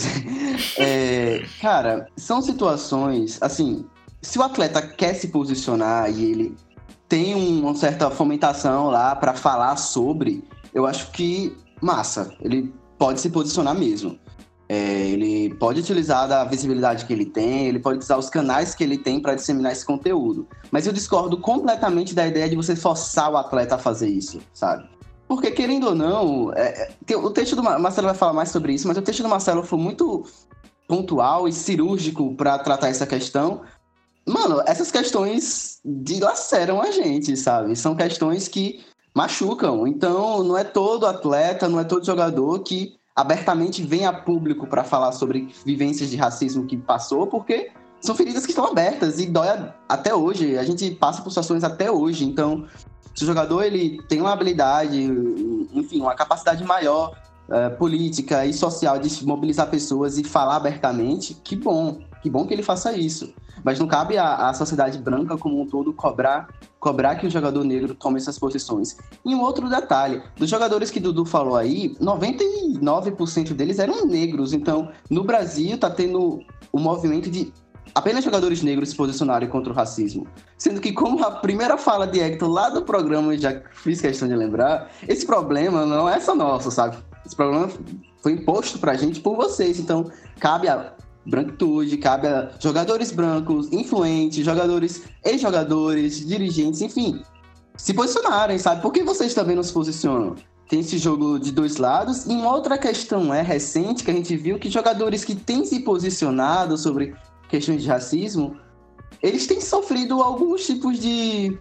Cara, são situações, assim, se o atleta quer se posicionar e ele tem uma certa fomentação lá para falar sobre, eu acho que massa, ele pode se posicionar mesmo. Ele pode utilizar da visibilidade que ele tem, ele pode usar os canais que ele tem para disseminar esse conteúdo. Mas eu discordo completamente da ideia de você forçar o atleta a fazer isso, sabe? Porque, querendo ou não, o texto do Marcelo vai falar mais sobre isso, mas o texto do Marcelo foi muito pontual e cirúrgico para tratar essa questão. Mano, essas questões dilaceram a gente, sabe? São questões que machucam. Então, não é todo atleta, não é todo jogador que abertamente vem a público para falar sobre vivências de racismo que passou, porque são feridas que estão abertas e dói até hoje. A gente passa por situações até hoje. Então, se o jogador ele tem uma habilidade, enfim, uma capacidade maior política e social de mobilizar pessoas e falar abertamente, que bom que ele faça isso. Mas não cabe à sociedade branca como um todo cobrar que o jogador negro tome essas posições. E um outro detalhe, dos jogadores que Dudu falou aí, 99% deles eram negros. Então, no Brasil, tá tendo um movimento de apenas jogadores negros se posicionarem contra o racismo. Sendo que, como a primeira fala de Hector lá do programa, eu já fiz questão de lembrar, esse problema não é só nosso, sabe? Esse problema foi imposto pra gente por vocês. Então, cabe a branquitude, cabe a jogadores brancos, influentes, jogadores, ex-jogadores, dirigentes, enfim, se posicionarem, sabe? Por que vocês também não se posicionam? Tem esse jogo de dois lados. E uma outra questão recente que a gente viu que jogadores que têm se posicionado sobre questões de racismo, eles têm sofrido alguns tipos de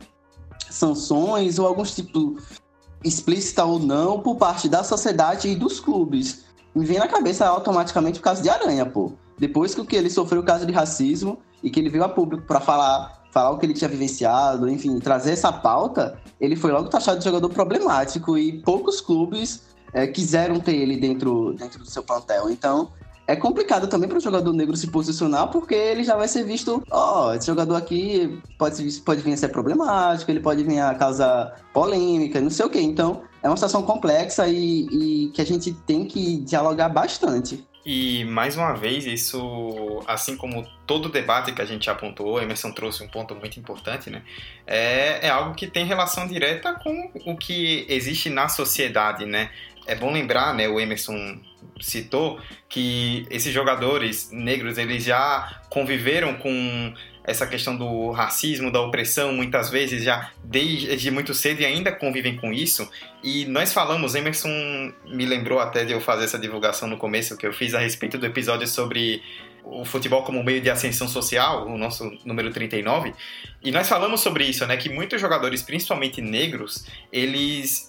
sanções ou alguns tipos, explícita ou não, por parte da sociedade e dos clubes. Me vem na cabeça automaticamente o caso de Aranha, pô. Depois que ele sofreu o caso de racismo e que ele veio a público para falar o que ele tinha vivenciado, enfim, trazer essa pauta, ele foi logo taxado de jogador problemático e poucos clubes quiseram ter ele dentro do seu plantel. Então, é complicado também para o jogador negro se posicionar, porque ele já vai ser visto, esse jogador aqui pode vir a ser problemático, ele pode vir a causar polêmica, não sei o quê. Então, é uma situação complexa e que a gente tem que dialogar bastante. E, mais uma vez, isso, assim como todo debate que a gente apontou, Emerson trouxe um ponto muito importante, né? É algo que tem relação direta com o que existe na sociedade, né? É bom lembrar, né, o Emerson citou, que esses jogadores negros, eles já conviveram com essa questão do racismo, da opressão, muitas vezes já desde muito cedo e ainda convivem com isso. E nós falamos, Emerson me lembrou até de eu fazer essa divulgação no começo que eu fiz a respeito do episódio sobre o futebol como meio de ascensão social, o nosso número 39, e nós falamos sobre isso, né, que muitos jogadores, principalmente negros, eles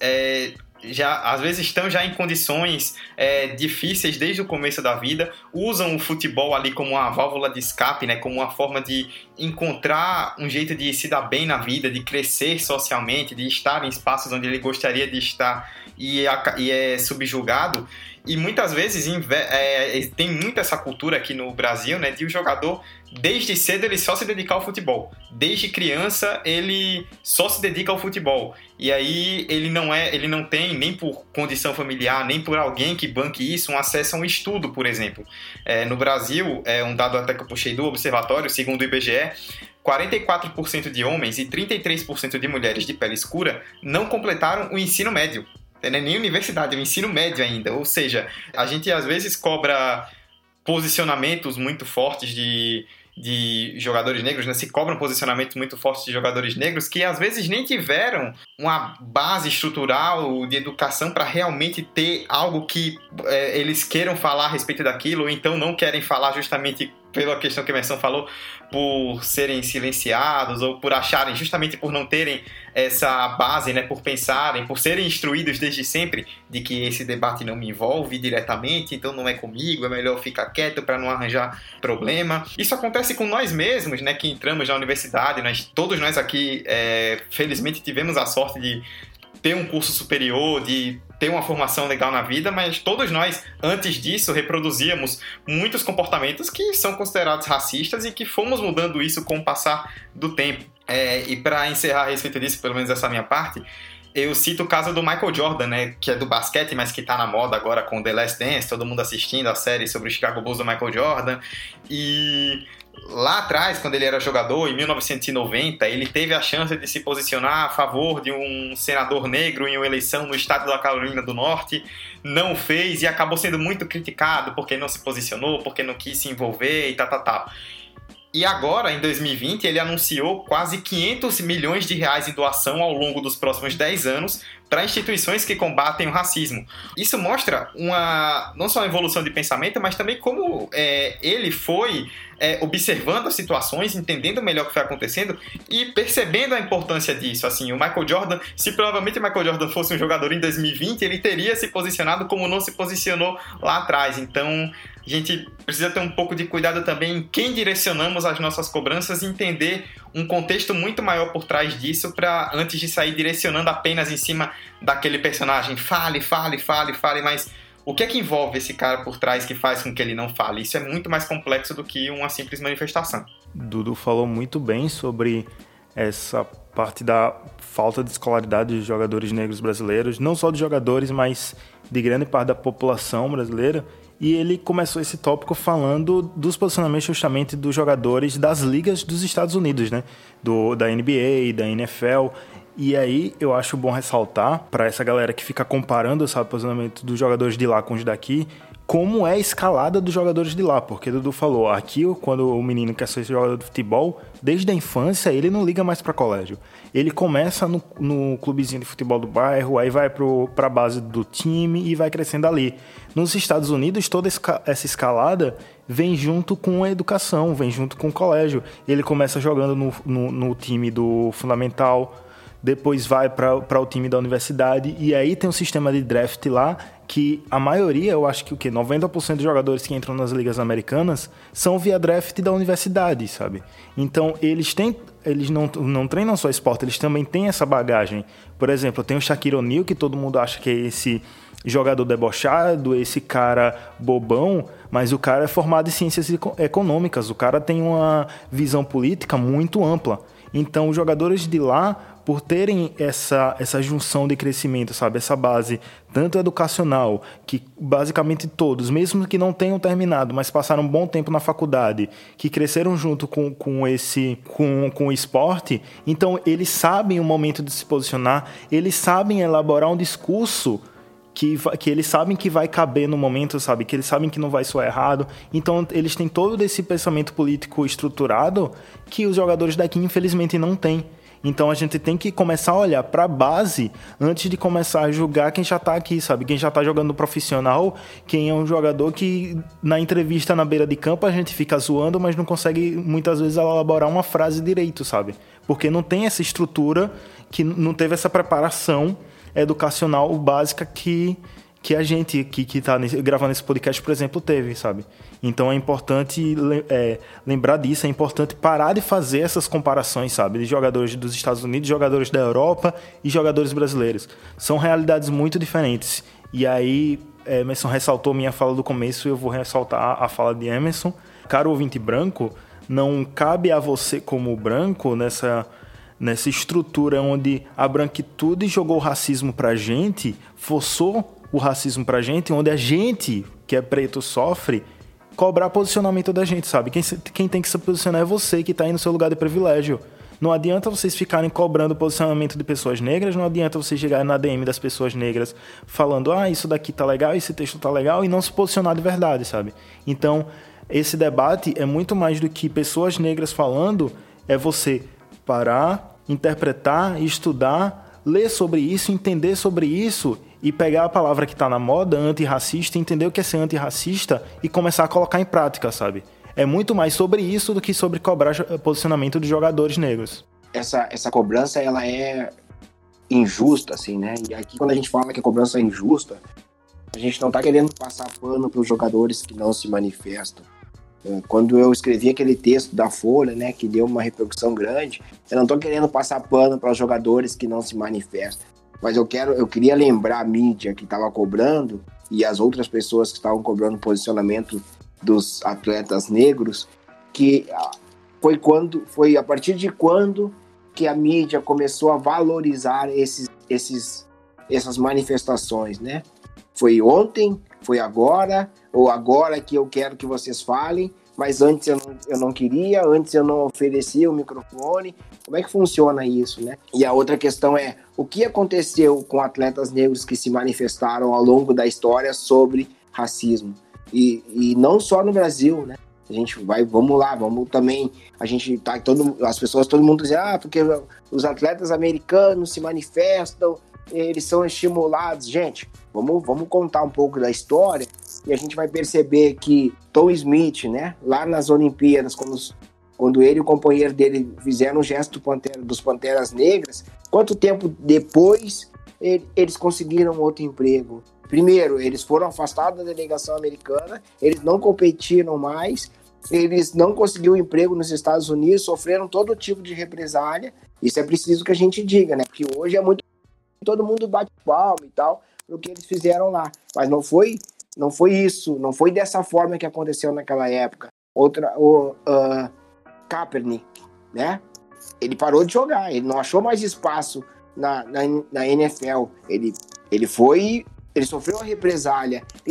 já às vezes estão já em condições difíceis desde o começo da vida, usam o futebol ali como uma válvula de escape, né, como uma forma de encontrar um jeito de se dar bem na vida, de crescer socialmente, de estar em espaços onde ele gostaria de estar. e é subjugado. E muitas vezes tem muito essa cultura aqui no Brasil, né, de o jogador, desde cedo, ele só se dedicar ao futebol. Desde criança, ele só se dedica ao futebol. E aí ele não tem, nem por condição familiar, nem por alguém que banque isso, um acesso a um estudo, por exemplo. No Brasil, um dado até que eu puxei do Observatório, segundo o IBGE, 44% de homens e 33% de mulheres de pele escura não completaram o ensino médio. Não é nem universidade, é o ensino médio ainda. Ou seja, a gente às vezes cobra posicionamentos muito fortes de jogadores negros, né? Se cobram posicionamentos muito fortes de jogadores negros que às vezes nem tiveram uma base estrutural de educação para realmente ter algo que eles queiram falar a respeito daquilo, ou então não querem falar justamente pela questão que a Emerson falou, por serem silenciados ou por acharem, justamente por não terem essa base, né, por pensarem, por serem instruídos desde sempre de que esse debate não me envolve diretamente, então não é comigo, é melhor ficar quieto para não arranjar problema. Isso acontece com nós mesmos, né, que entramos na universidade, todos nós aqui, felizmente, tivemos a sorte de ter um curso superior, de ter uma formação legal na vida, mas todos nós, antes disso, reproduzíamos muitos comportamentos que são considerados racistas e que fomos mudando isso com o passar do tempo. E para encerrar a respeito disso, pelo menos essa minha parte, eu cito o caso do Michael Jordan, né, que é do basquete, mas que está na moda agora com The Last Dance, todo mundo assistindo a série sobre o Chicago Bulls do Michael Jordan. E lá atrás, quando ele era jogador, em 1990, ele teve a chance de se posicionar a favor de um senador negro em uma eleição no estado da Carolina do Norte, não fez e acabou sendo muito criticado porque não se posicionou, porque não quis se envolver e tal. E agora, em 2020, ele anunciou quase 500 milhões de reais em doação ao longo dos próximos 10 anos para instituições que combatem o racismo. Isso mostra não só uma evolução de pensamento, mas também como ele foi observando as situações, entendendo melhor o que foi acontecendo e percebendo a importância disso. Assim, o Michael Jordan, se provavelmente o Michael Jordan fosse um jogador em 2020, ele teria se posicionado como não se posicionou lá atrás. Então, a gente precisa ter um pouco de cuidado também em quem direcionamos as nossas cobranças e entender um contexto muito maior por trás disso para, antes de sair direcionando apenas em cima daquele personagem. Fale, mas o que é que envolve esse cara por trás que faz com que ele não fale? Isso é muito mais complexo do que uma simples manifestação. Dudu falou muito bem sobre essa parte da falta de escolaridade dos jogadores negros brasileiros, não só de jogadores, mas de grande parte da população brasileira. E ele começou esse tópico falando dos posicionamentos justamente dos jogadores das ligas dos Estados Unidos, né? Da NBA, da NFL. E aí eu acho bom ressaltar para essa galera que fica comparando o posicionamento dos jogadores de lá com os daqui, como é a escalada dos jogadores de lá. Porque Dudu falou, aqui quando o menino quer ser jogador de futebol, desde a infância ele não liga mais para colégio. Ele começa no clubezinho de futebol do bairro, aí vai para a base do time e vai crescendo ali. Nos Estados Unidos, toda essa escalada vem junto com a educação, vem junto com o colégio. Ele começa jogando no time do fundamental, depois vai para o time da universidade, e aí tem um sistema de draft lá que a maioria, eu acho que 90% dos jogadores que entram nas ligas americanas são via draft da universidade, sabe? Então eles não treinam só esporte, eles também têm essa bagagem. Por exemplo, tem o Shaquille O'Neal, que todo mundo acha que é esse jogador debochado, esse cara bobão, mas o cara é formado em ciências econômicas, o cara tem uma visão política muito ampla. Então os jogadores de lá, por terem essa junção de crescimento, sabe? Essa base tanto educacional, que basicamente todos, mesmo que não tenham terminado, mas passaram um bom tempo na faculdade, que cresceram junto com o esporte, então eles sabem o momento de se posicionar, eles sabem elaborar um discurso que eles sabem que vai caber no momento, sabe? Que eles sabem que não vai soar errado. Então, eles têm todo esse pensamento político estruturado que os jogadores daqui, infelizmente, não têm. Então, a gente tem que começar a olhar para a base antes de começar a julgar quem já está aqui, sabe? Quem já está jogando profissional, quem é um jogador que, na entrevista na beira de campo, a gente fica zoando, mas não consegue, muitas vezes, elaborar uma frase direito, sabe? Porque não tem essa estrutura, que não teve essa preparação educacional básica que que a gente que tá gravando esse podcast, por exemplo, teve, sabe? Então é importante lembrar disso, é importante parar de fazer essas comparações, sabe? De jogadores dos Estados Unidos, jogadores da Europa e jogadores brasileiros. São realidades muito diferentes. E aí, Emerson ressaltou minha fala do começo e eu vou ressaltar a fala de Emerson. Caro ouvinte branco, não cabe a você como branco nessa estrutura onde a branquitude jogou o racismo pra gente, forçou o racismo pra gente, onde a gente, que é preto, sofre, cobrar posicionamento da gente, sabe? Quem tem que se posicionar é você, que tá aí no seu lugar de privilégio. Não adianta vocês ficarem cobrando posicionamento de pessoas negras, não adianta vocês chegarem na DM das pessoas negras falando, isso daqui tá legal, esse texto tá legal, e não se posicionar de verdade, sabe? Então, esse debate é muito mais do que pessoas negras falando, é você parar, interpretar, estudar, ler sobre isso, entender sobre isso e pegar a palavra que está na moda, antirracista, entender o que é ser antirracista e começar a colocar em prática, sabe? É muito mais sobre isso do que sobre cobrar posicionamento de jogadores negros. Essa cobrança, ela é injusta, assim, né? E aqui, quando a gente fala que a cobrança é injusta, a gente não está querendo passar pano para os jogadores que não se manifestam. Quando eu escrevi aquele texto da Folha, né, que deu uma repercussão grande, eu não estou querendo passar pano para os jogadores que não se manifestam. Mas eu queria lembrar a mídia que estava cobrando e as outras pessoas que estavam cobrando o posicionamento dos atletas negros, que foi a partir de quando que a mídia começou a valorizar essas manifestações, né? Foi ontem, foi agora, ou agora que eu quero que vocês falem, mas antes eu não queria, antes eu não oferecia o microfone. Como é que funciona isso, né? E a outra questão é, o que aconteceu com atletas negros que se manifestaram ao longo da história sobre racismo? E não só no Brasil, né? A gente vamos lá, todo mundo diz, porque os atletas americanos se manifestam, eles são estimulados. Gente, vamos contar um pouco da história e a gente vai perceber que Tom Smith, né, lá nas Olimpíadas, quando ele e o companheiro dele fizeram o gesto dos Panteras Negras, quanto tempo depois eles conseguiram outro emprego? Primeiro, eles foram afastados da delegação americana, eles não competiram mais, eles não conseguiram emprego nos Estados Unidos, sofreram todo tipo de represália. Isso é preciso que a gente diga, né? Porque hoje todo mundo bate palma e tal, no que eles fizeram lá. Mas não foi isso, não foi dessa forma que aconteceu naquela época. Kaepernick, né? Ele parou de jogar, ele não achou mais espaço na NFL. Ele sofreu a represália. E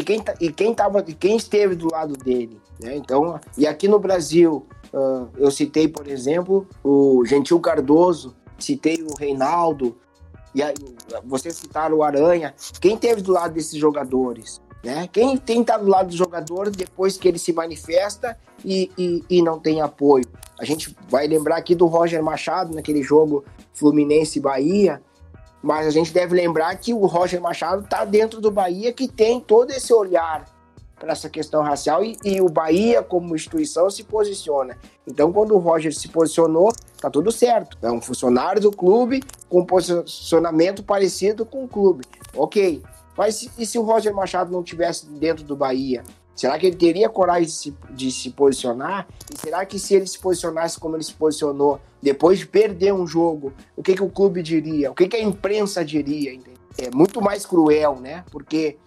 quem esteve do lado dele, né? Então, e aqui no Brasil, eu citei, por exemplo, o Gentil Cardoso, citei o Reinaldo, e aí, vocês citaram o Aranha. Quem esteve do lado desses jogadores, né? Quem está do lado do jogador depois que ele se manifesta e não tem apoio? A gente vai lembrar aqui do Roger Machado, naquele jogo Fluminense-Bahia, mas a gente deve lembrar que o Roger Machado está dentro do Bahia, que tem todo esse olhar para essa questão racial e o Bahia, como instituição, se posiciona. Então, quando o Roger se posicionou, tá tudo certo. É um funcionário do clube com um posicionamento parecido com o clube. Ok. Mas e se o Roger Machado não estivesse dentro do Bahia? Será que ele teria coragem de se posicionar? E será que se ele se posicionasse como ele se posicionou, depois de perder um jogo, o que o clube diria? O que a imprensa diria? Entende? É muito mais cruel, né? Porque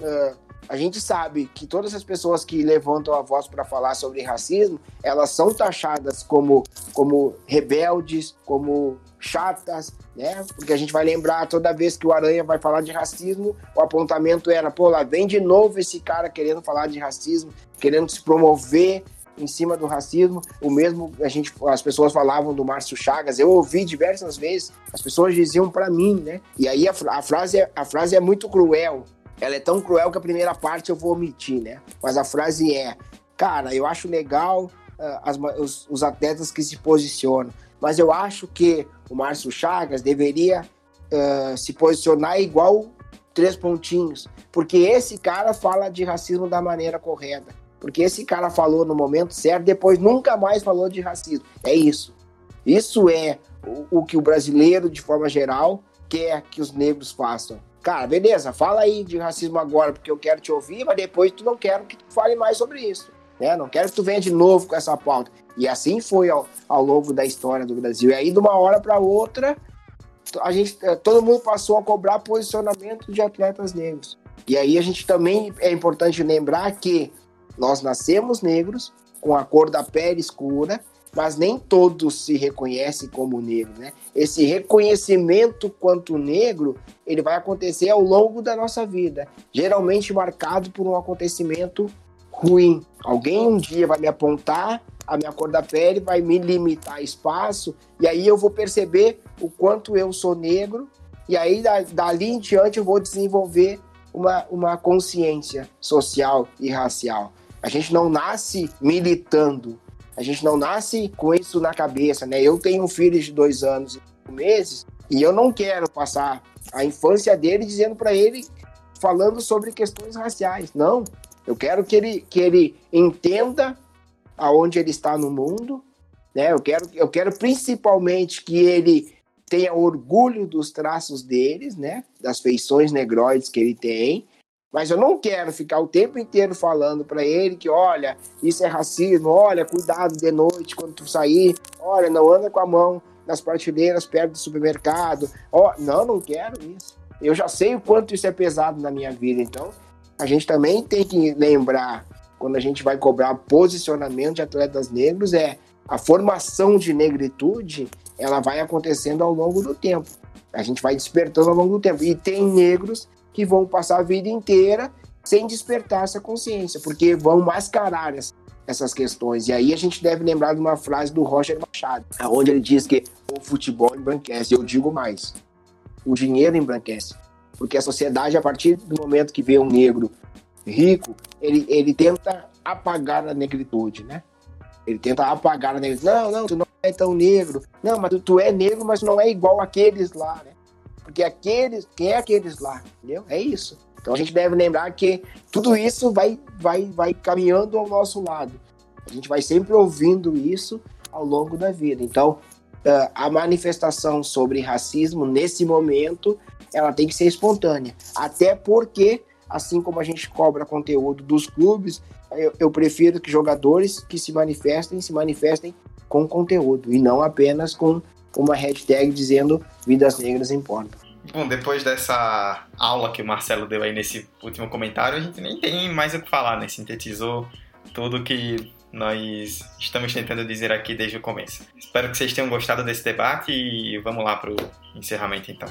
a gente sabe que todas as pessoas que levantam a voz para falar sobre racismo, elas são taxadas como rebeldes, como chatas, né? Porque a gente vai lembrar, toda vez que o Aranha vai falar de racismo, o apontamento era, lá vem de novo esse cara querendo falar de racismo, querendo se promover em cima do racismo. O mesmo as pessoas falavam do Márcio Chagas, eu ouvi diversas vezes, as pessoas diziam para mim, né? E aí a frase é muito cruel. Ela é tão cruel que a primeira parte eu vou omitir, né? Mas a frase é, cara, eu acho legal os atletas que se posicionam, mas eu acho que o Márcio Chagas deveria se posicionar igual 3 pontinhos, porque esse cara fala de racismo da maneira correta, porque esse cara falou no momento certo, depois nunca mais falou de racismo. É isso. Isso é o que o brasileiro, de forma geral, quer que os negros façam. Cara, beleza, fala aí de racismo agora, porque eu quero te ouvir, mas depois tu não quero que tu fale mais sobre isso, né? Não quero que tu venha de novo com essa pauta. E assim foi ao longo da história do Brasil. E aí, de uma hora para outra, todo mundo passou a cobrar posicionamento de atletas negros. E aí a gente também é importante lembrar que nós nascemos negros, com a cor da pele escura, mas nem todos se reconhecem como negro, né? Esse reconhecimento quanto negro, ele vai acontecer ao longo da nossa vida, geralmente marcado por um acontecimento ruim. Alguém um dia vai me apontar a minha cor da pele, vai me limitar espaço, e aí eu vou perceber o quanto eu sou negro, e aí dali em diante eu vou desenvolver uma consciência social e racial. A gente não nasce militando, a gente não nasce com isso na cabeça, né? Eu tenho um filho de 2 anos e 5 meses e eu não quero passar a infância dele dizendo para ele, falando sobre questões raciais. Não, eu quero que ele entenda aonde ele está no mundo, né? Eu quero principalmente que ele tenha orgulho dos traços deles, né? Das feições negroides que ele tem. Mas eu não quero ficar o tempo inteiro falando para ele que, olha, isso é racismo, olha, cuidado de noite quando tu sair, olha, não anda com a mão nas prateleiras perto do supermercado. Não quero isso. Eu já sei o quanto isso é pesado na minha vida. Então, a gente também tem que lembrar, quando a gente vai cobrar posicionamento de atletas negros, a formação de negritude, ela vai acontecendo ao longo do tempo. A gente vai despertando ao longo do tempo. E tem negros que vão passar a vida inteira sem despertar essa consciência, porque vão mascarar essas questões. E aí a gente deve lembrar de uma frase do Roger Machado, onde ele diz que o futebol embranquece. Eu digo mais, o dinheiro embranquece. Porque a sociedade, a partir do momento que vê um negro rico, ele tenta apagar a negritude, né? Ele tenta apagar a negritude. Não, tu não é tão negro. Não, mas tu é negro, mas não é igual aqueles lá, né? Porque quem é aqueles lá, entendeu? É isso. Então a gente deve lembrar que tudo isso vai caminhando ao nosso lado. A gente vai sempre ouvindo isso ao longo da vida. Então, a manifestação sobre racismo, nesse momento, ela tem que ser espontânea. Até porque, assim como a gente cobra conteúdo dos clubes, eu prefiro que jogadores que se manifestem com conteúdo e não apenas com uma hashtag dizendo vidas negras importam. Bom, depois dessa aula que o Marcelo deu aí nesse último comentário, a gente nem tem mais o que falar, né? Sintetizou tudo que nós estamos tentando dizer aqui desde o começo. Espero que vocês tenham gostado desse debate e vamos lá para o encerramento então.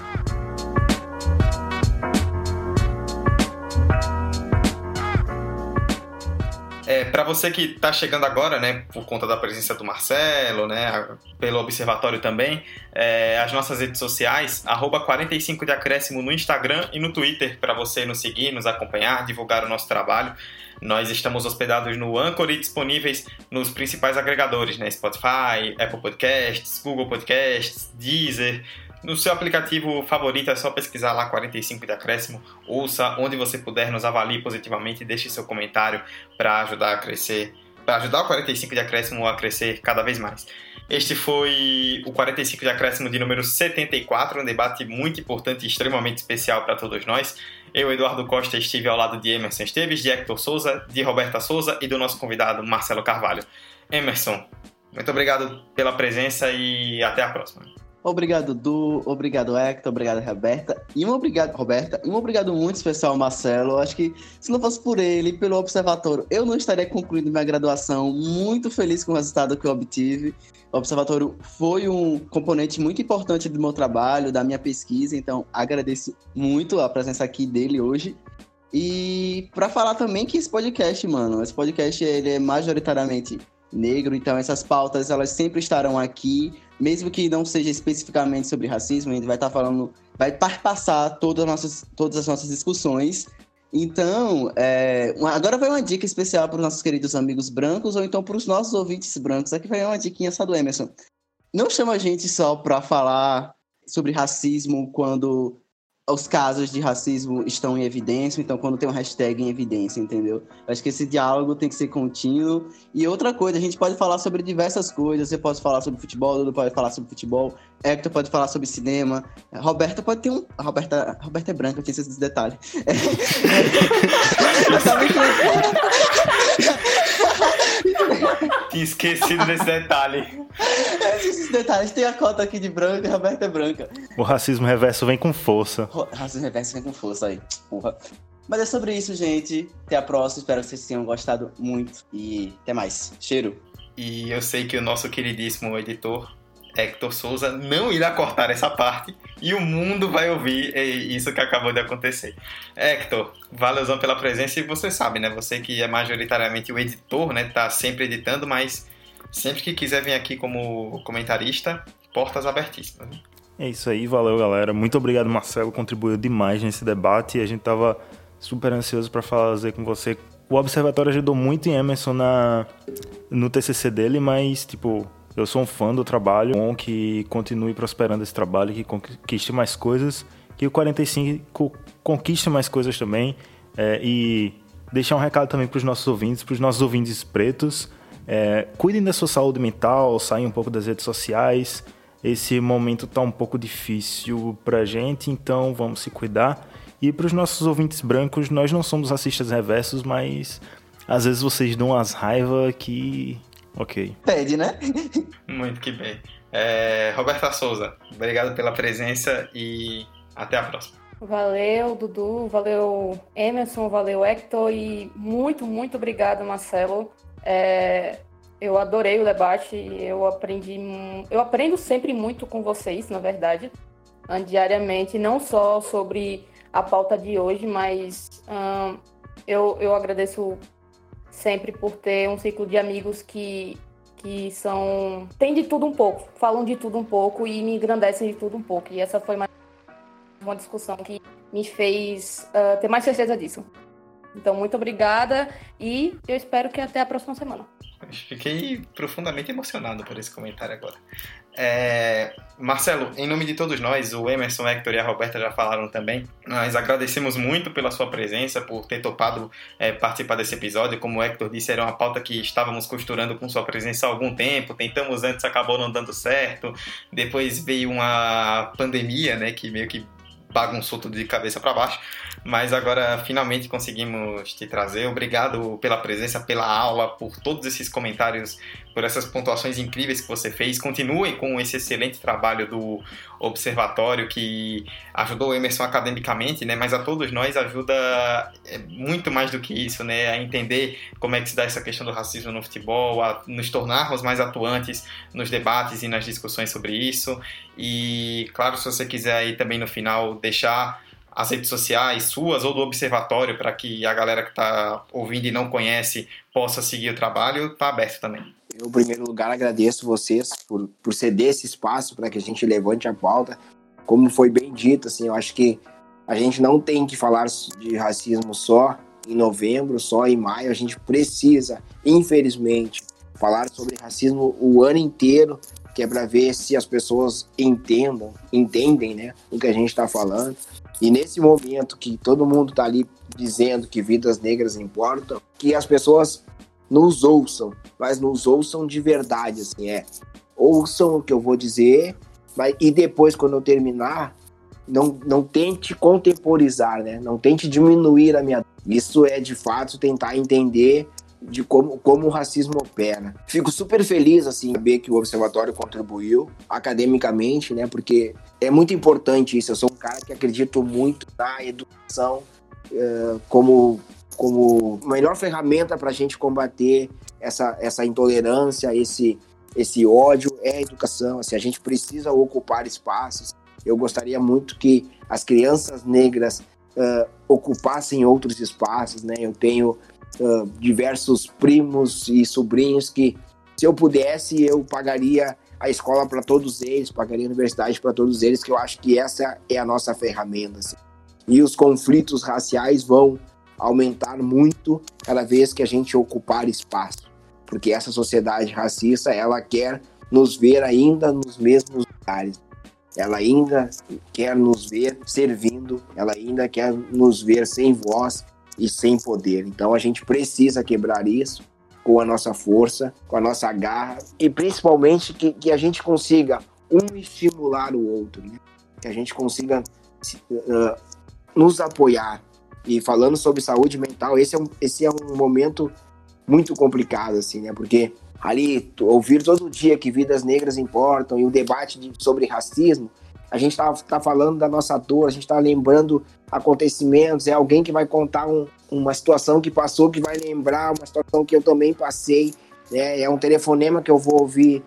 Para você que está chegando agora, né, por conta da presença do Marcelo, né, pelo Observatório também, as nossas redes sociais, @45 de acréscimo no Instagram e no Twitter, para você nos seguir, nos acompanhar, divulgar o nosso trabalho. Nós estamos hospedados no Anchor e disponíveis nos principais agregadores, né, Spotify, Apple Podcasts, Google Podcasts, Deezer. No seu aplicativo favorito é só pesquisar lá 45 de acréscimo, ouça onde você puder, nos avalie positivamente e deixe seu comentário para ajudar a crescer, para ajudar o 45 de acréscimo a crescer cada vez mais. Este foi o 45 de acréscimo de número 74, um debate muito importante e extremamente especial para todos nós. Eu, Eduardo Costa, estive ao lado de Emerson Esteves, de Hector Souza, de Roberta Souza e do nosso convidado Marcelo Carvalho. Emerson, muito obrigado pela presença e até a próxima. Obrigado, Du. Obrigado, Hector. Obrigado, Roberta. E um obrigado muito especial ao Marcelo. Eu acho que se não fosse por ele, pelo Observatório, eu não estaria concluindo minha graduação. Muito feliz com o resultado que eu obtive. O Observatório foi um componente muito importante do meu trabalho, da minha pesquisa. Então, agradeço muito a presença aqui dele hoje. E para falar também que esse podcast, ele é majoritariamente negro. Então, essas pautas, elas sempre estarão aqui. Mesmo que não seja especificamente sobre racismo, a gente vai estar falando, vai perpassar todas as nossas discussões. Então, agora vai uma dica especial para os nossos queridos amigos brancos, ou então para os nossos ouvintes brancos. Aqui vai uma diquinha só do Emerson. Não chama a gente só para falar sobre racismo quando os casos de racismo estão em evidência, então quando tem um hashtag em evidência, entendeu? Eu acho que esse diálogo tem que ser contínuo. E outra coisa, a gente pode falar sobre diversas coisas. Você pode falar sobre futebol, Dudu pode falar sobre futebol, Hector pode falar sobre cinema, Roberta pode ter um... Roberta é branca, eu tinha esses detalhes. Tinha esquecido desse detalhe. Esses detalhes, tem a cota aqui de branca e Roberta é branca. O racismo reverso vem com força. Racismo reverso vem com força aí, porra. Mas é sobre isso, gente. Até a próxima, espero que vocês tenham gostado muito. E até mais. Cheiro. E eu sei que o nosso queridíssimo editor, Hector Souza, não irá cortar essa parte e o mundo vai ouvir isso que acabou de acontecer. Hector, valeuzão pela presença e você sabe, né? Você que é majoritariamente o editor, né? Tá sempre editando, mas sempre que quiser vir aqui como comentarista, portas abertíssimas. É isso aí, valeu galera. Muito obrigado, Marcelo, contribuiu demais nesse debate e a gente tava super ansioso para fazer com você. O Observatório ajudou muito em Emerson no TCC dele, mas tipo... Eu sou um fã do trabalho, bom que continue prosperando esse trabalho, que conquiste mais coisas, que o 45 conquiste mais coisas também, e deixar um recado também para os nossos ouvintes pretos, cuidem da sua saúde mental, saiam um pouco das redes sociais, esse momento está um pouco difícil pra gente, então vamos se cuidar. E para os nossos ouvintes brancos, nós não somos racistas reversos, mas às vezes vocês dão umas raivas que... Ok. Pede, né? Muito que bem. Roberta Souza, obrigado pela presença e até a próxima. Valeu, Dudu, valeu, Emerson, valeu, Hector e muito, muito obrigado, Marcelo. Eu adorei o debate, eu aprendo sempre muito com vocês, na verdade, diariamente, não só sobre a pauta de hoje, mas eu agradeço sempre por ter um ciclo de amigos que tem de tudo um pouco, falam de tudo um pouco e me engrandecem de tudo um pouco. E essa foi mais uma discussão que me fez ter mais certeza disso. Então, muito obrigada e eu espero que até a próxima semana. Fiquei profundamente emocionado por esse comentário agora. Marcelo, em nome de todos nós, o Emerson, o Hector e a Roberta já falaram também, nós agradecemos muito pela sua presença, por ter topado participar desse episódio. Como o Hector disse, era uma pauta que estávamos costurando com sua presença há algum tempo, tentamos antes, acabou não dando certo, depois veio uma pandemia, né, que meio que bagunçou tudo de cabeça para baixo, mas agora finalmente conseguimos te trazer. Obrigado pela presença, pela aula, por todos esses comentários, por essas pontuações incríveis que você fez. Continue com esse excelente trabalho do Observatório, que ajudou o Emerson academicamente, né? Mas a todos nós ajuda muito mais do que isso, né? A entender como é que se dá essa questão do racismo no futebol, a nos tornarmos mais atuantes nos debates e nas discussões sobre isso. E, claro, se você quiser aí também no final deixar as redes sociais suas ou do Observatório para que a galera que está ouvindo e não conhece possa seguir o trabalho, está aberto também. Eu, em primeiro lugar, agradeço vocês por ceder esse espaço para que a gente levante a pauta. Como foi bem dito, assim, eu acho que a gente não tem que falar de racismo só em novembro, só em maio. A gente precisa, infelizmente, falar sobre racismo o ano inteiro, que é para ver se as pessoas entendem, né, o que a gente está falando. E nesse momento que todo mundo está ali dizendo que vidas negras importam, que as pessoas nos ouçam, mas nos ouçam de verdade, assim, ouçam o que eu vou dizer, e depois, quando eu terminar, não tente contemporizar, né? Não tente diminuir a minha... Isso é, de fato, tentar entender de como o racismo opera. Fico super feliz, assim, saber que o Observatório contribuiu academicamente, né? Porque é muito importante isso. Eu sou um cara que acredito muito na educação como melhor ferramenta para a gente combater essa intolerância, esse ódio. É a educação. Assim, a gente precisa ocupar espaços. Eu gostaria muito que as crianças negras ocupassem outros espaços, né? Eu tenho diversos primos e sobrinhos que, se eu pudesse, eu pagaria a escola para todos eles, pagaria a universidade para todos eles, que eu acho que essa é a nossa ferramenta, assim. E os conflitos raciais vão aumentar muito cada vez que a gente ocupar espaço, porque essa sociedade racista, ela quer nos ver ainda nos mesmos lugares. ela ainda quer nos ver servindo, ela ainda quer nos ver sem voz e sem poder. Então a gente precisa quebrar isso com a nossa força, com a nossa garra e principalmente que a gente consiga estimular o outro, né? Que a gente consiga nos apoiar. E falando sobre saúde mental, esse é um momento muito complicado, assim, né? Porque ali, ouvir todo dia que vidas negras importam e o debate sobre racismo, a gente tá falando da nossa dor, a gente tá lembrando acontecimentos, é alguém que vai contar uma situação que passou, que vai lembrar uma situação que eu também passei, né? É um telefonema que eu vou ouvir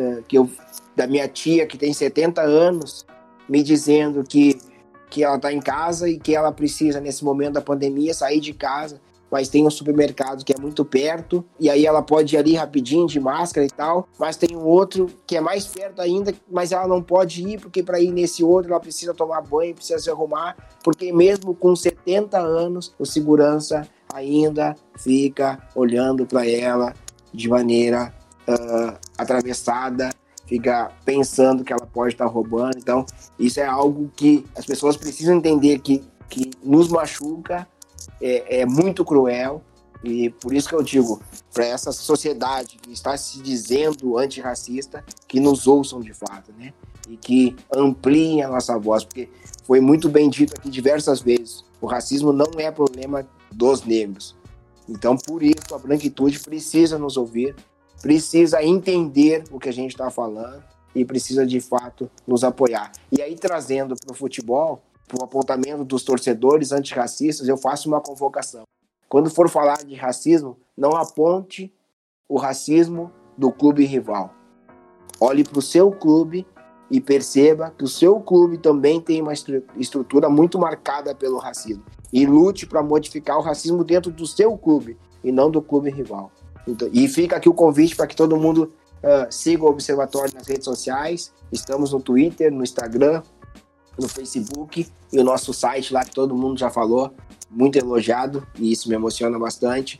da minha tia, que tem 70 anos, me dizendo que ela tá em casa e que ela precisa, nesse momento da pandemia, sair de casa, mas tem um supermercado que é muito perto, e aí ela pode ir ali rapidinho de máscara e tal, mas tem um outro que é mais perto ainda, mas ela não pode ir, porque para ir nesse outro ela precisa tomar banho, precisa se arrumar, porque mesmo com 70 anos, o segurança ainda fica olhando para ela de maneira atravessada, fica pensando que ela pode estar roubando. Então, isso é algo que as pessoas precisam entender que nos machuca, é muito cruel, e por isso que eu digo, para essa sociedade que está se dizendo antirracista, que nos ouçam de fato, né? E que ampliem a nossa voz, porque foi muito bem dito aqui diversas vezes, o racismo não é problema dos negros. Então, por isso, a branquitude precisa nos ouvir, precisa entender o que a gente está falando e precisa, de fato, nos apoiar. E aí, trazendo para o futebol, para o apontamento dos torcedores antirracistas, eu faço uma convocação. Quando for falar de racismo, não aponte o racismo do clube rival. Olhe para o seu clube e perceba que o seu clube também tem uma estrutura muito marcada pelo racismo. E lute para modificar o racismo dentro do seu clube e não do clube rival. Então, e fica aqui o convite para que todo mundo siga o Observatório nas redes sociais. Estamos no Twitter, no Instagram, no Facebook e o nosso site lá que todo mundo já falou, muito elogiado, e isso me emociona bastante,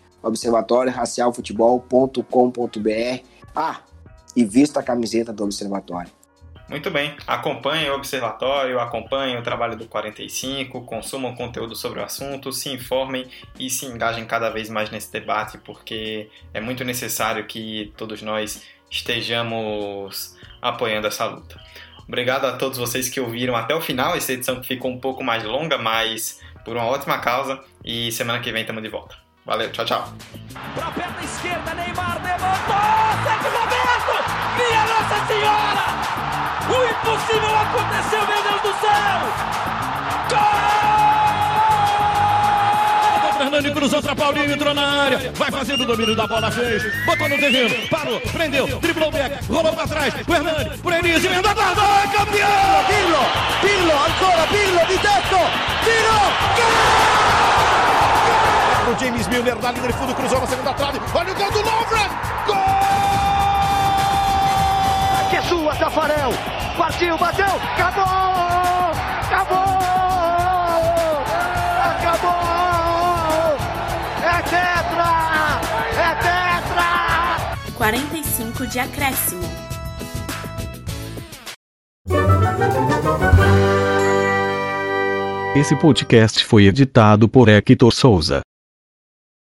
observatorioracialfutebol.com.br. E vista a camiseta do Observatório. Muito bem, acompanhem o Observatório, acompanhem o trabalho do 45, consumam conteúdo sobre o assunto, se informem e se engajem cada vez mais nesse debate, porque é muito necessário que todos nós estejamos apoiando essa luta. Obrigado a todos vocês que ouviram até o final, essa edição que ficou um pouco mais longa, mas por uma ótima causa, e semana que vem estamos de volta. Valeu, tchau, tchau. Pra perna esquerda, Neymar levantou, Sérgio Roberto, minha Nossa Senhora! O impossível aconteceu, meu Deus do céu! Gol! Fernando cruzou para Paulinho, entrou na área, vai fazendo o domínio da bola, fez, botou no terreno, parou, prendeu, driblou o back, rolou para trás, o Hernani, por Enis, emendou, guardou, é campeão! Pirlo, ancora Pirlo, de teto, tirou, gol! O James Milner na linha de fundo, cruzou na segunda trave, olha o gol do Lovren, gol! Aqui é sua, Tafarel, partiu, bateu, acabou! Acabou! Acabou! É tetra! É tetra! 45 de acréscimo. Esse podcast foi editado por Hector Souza.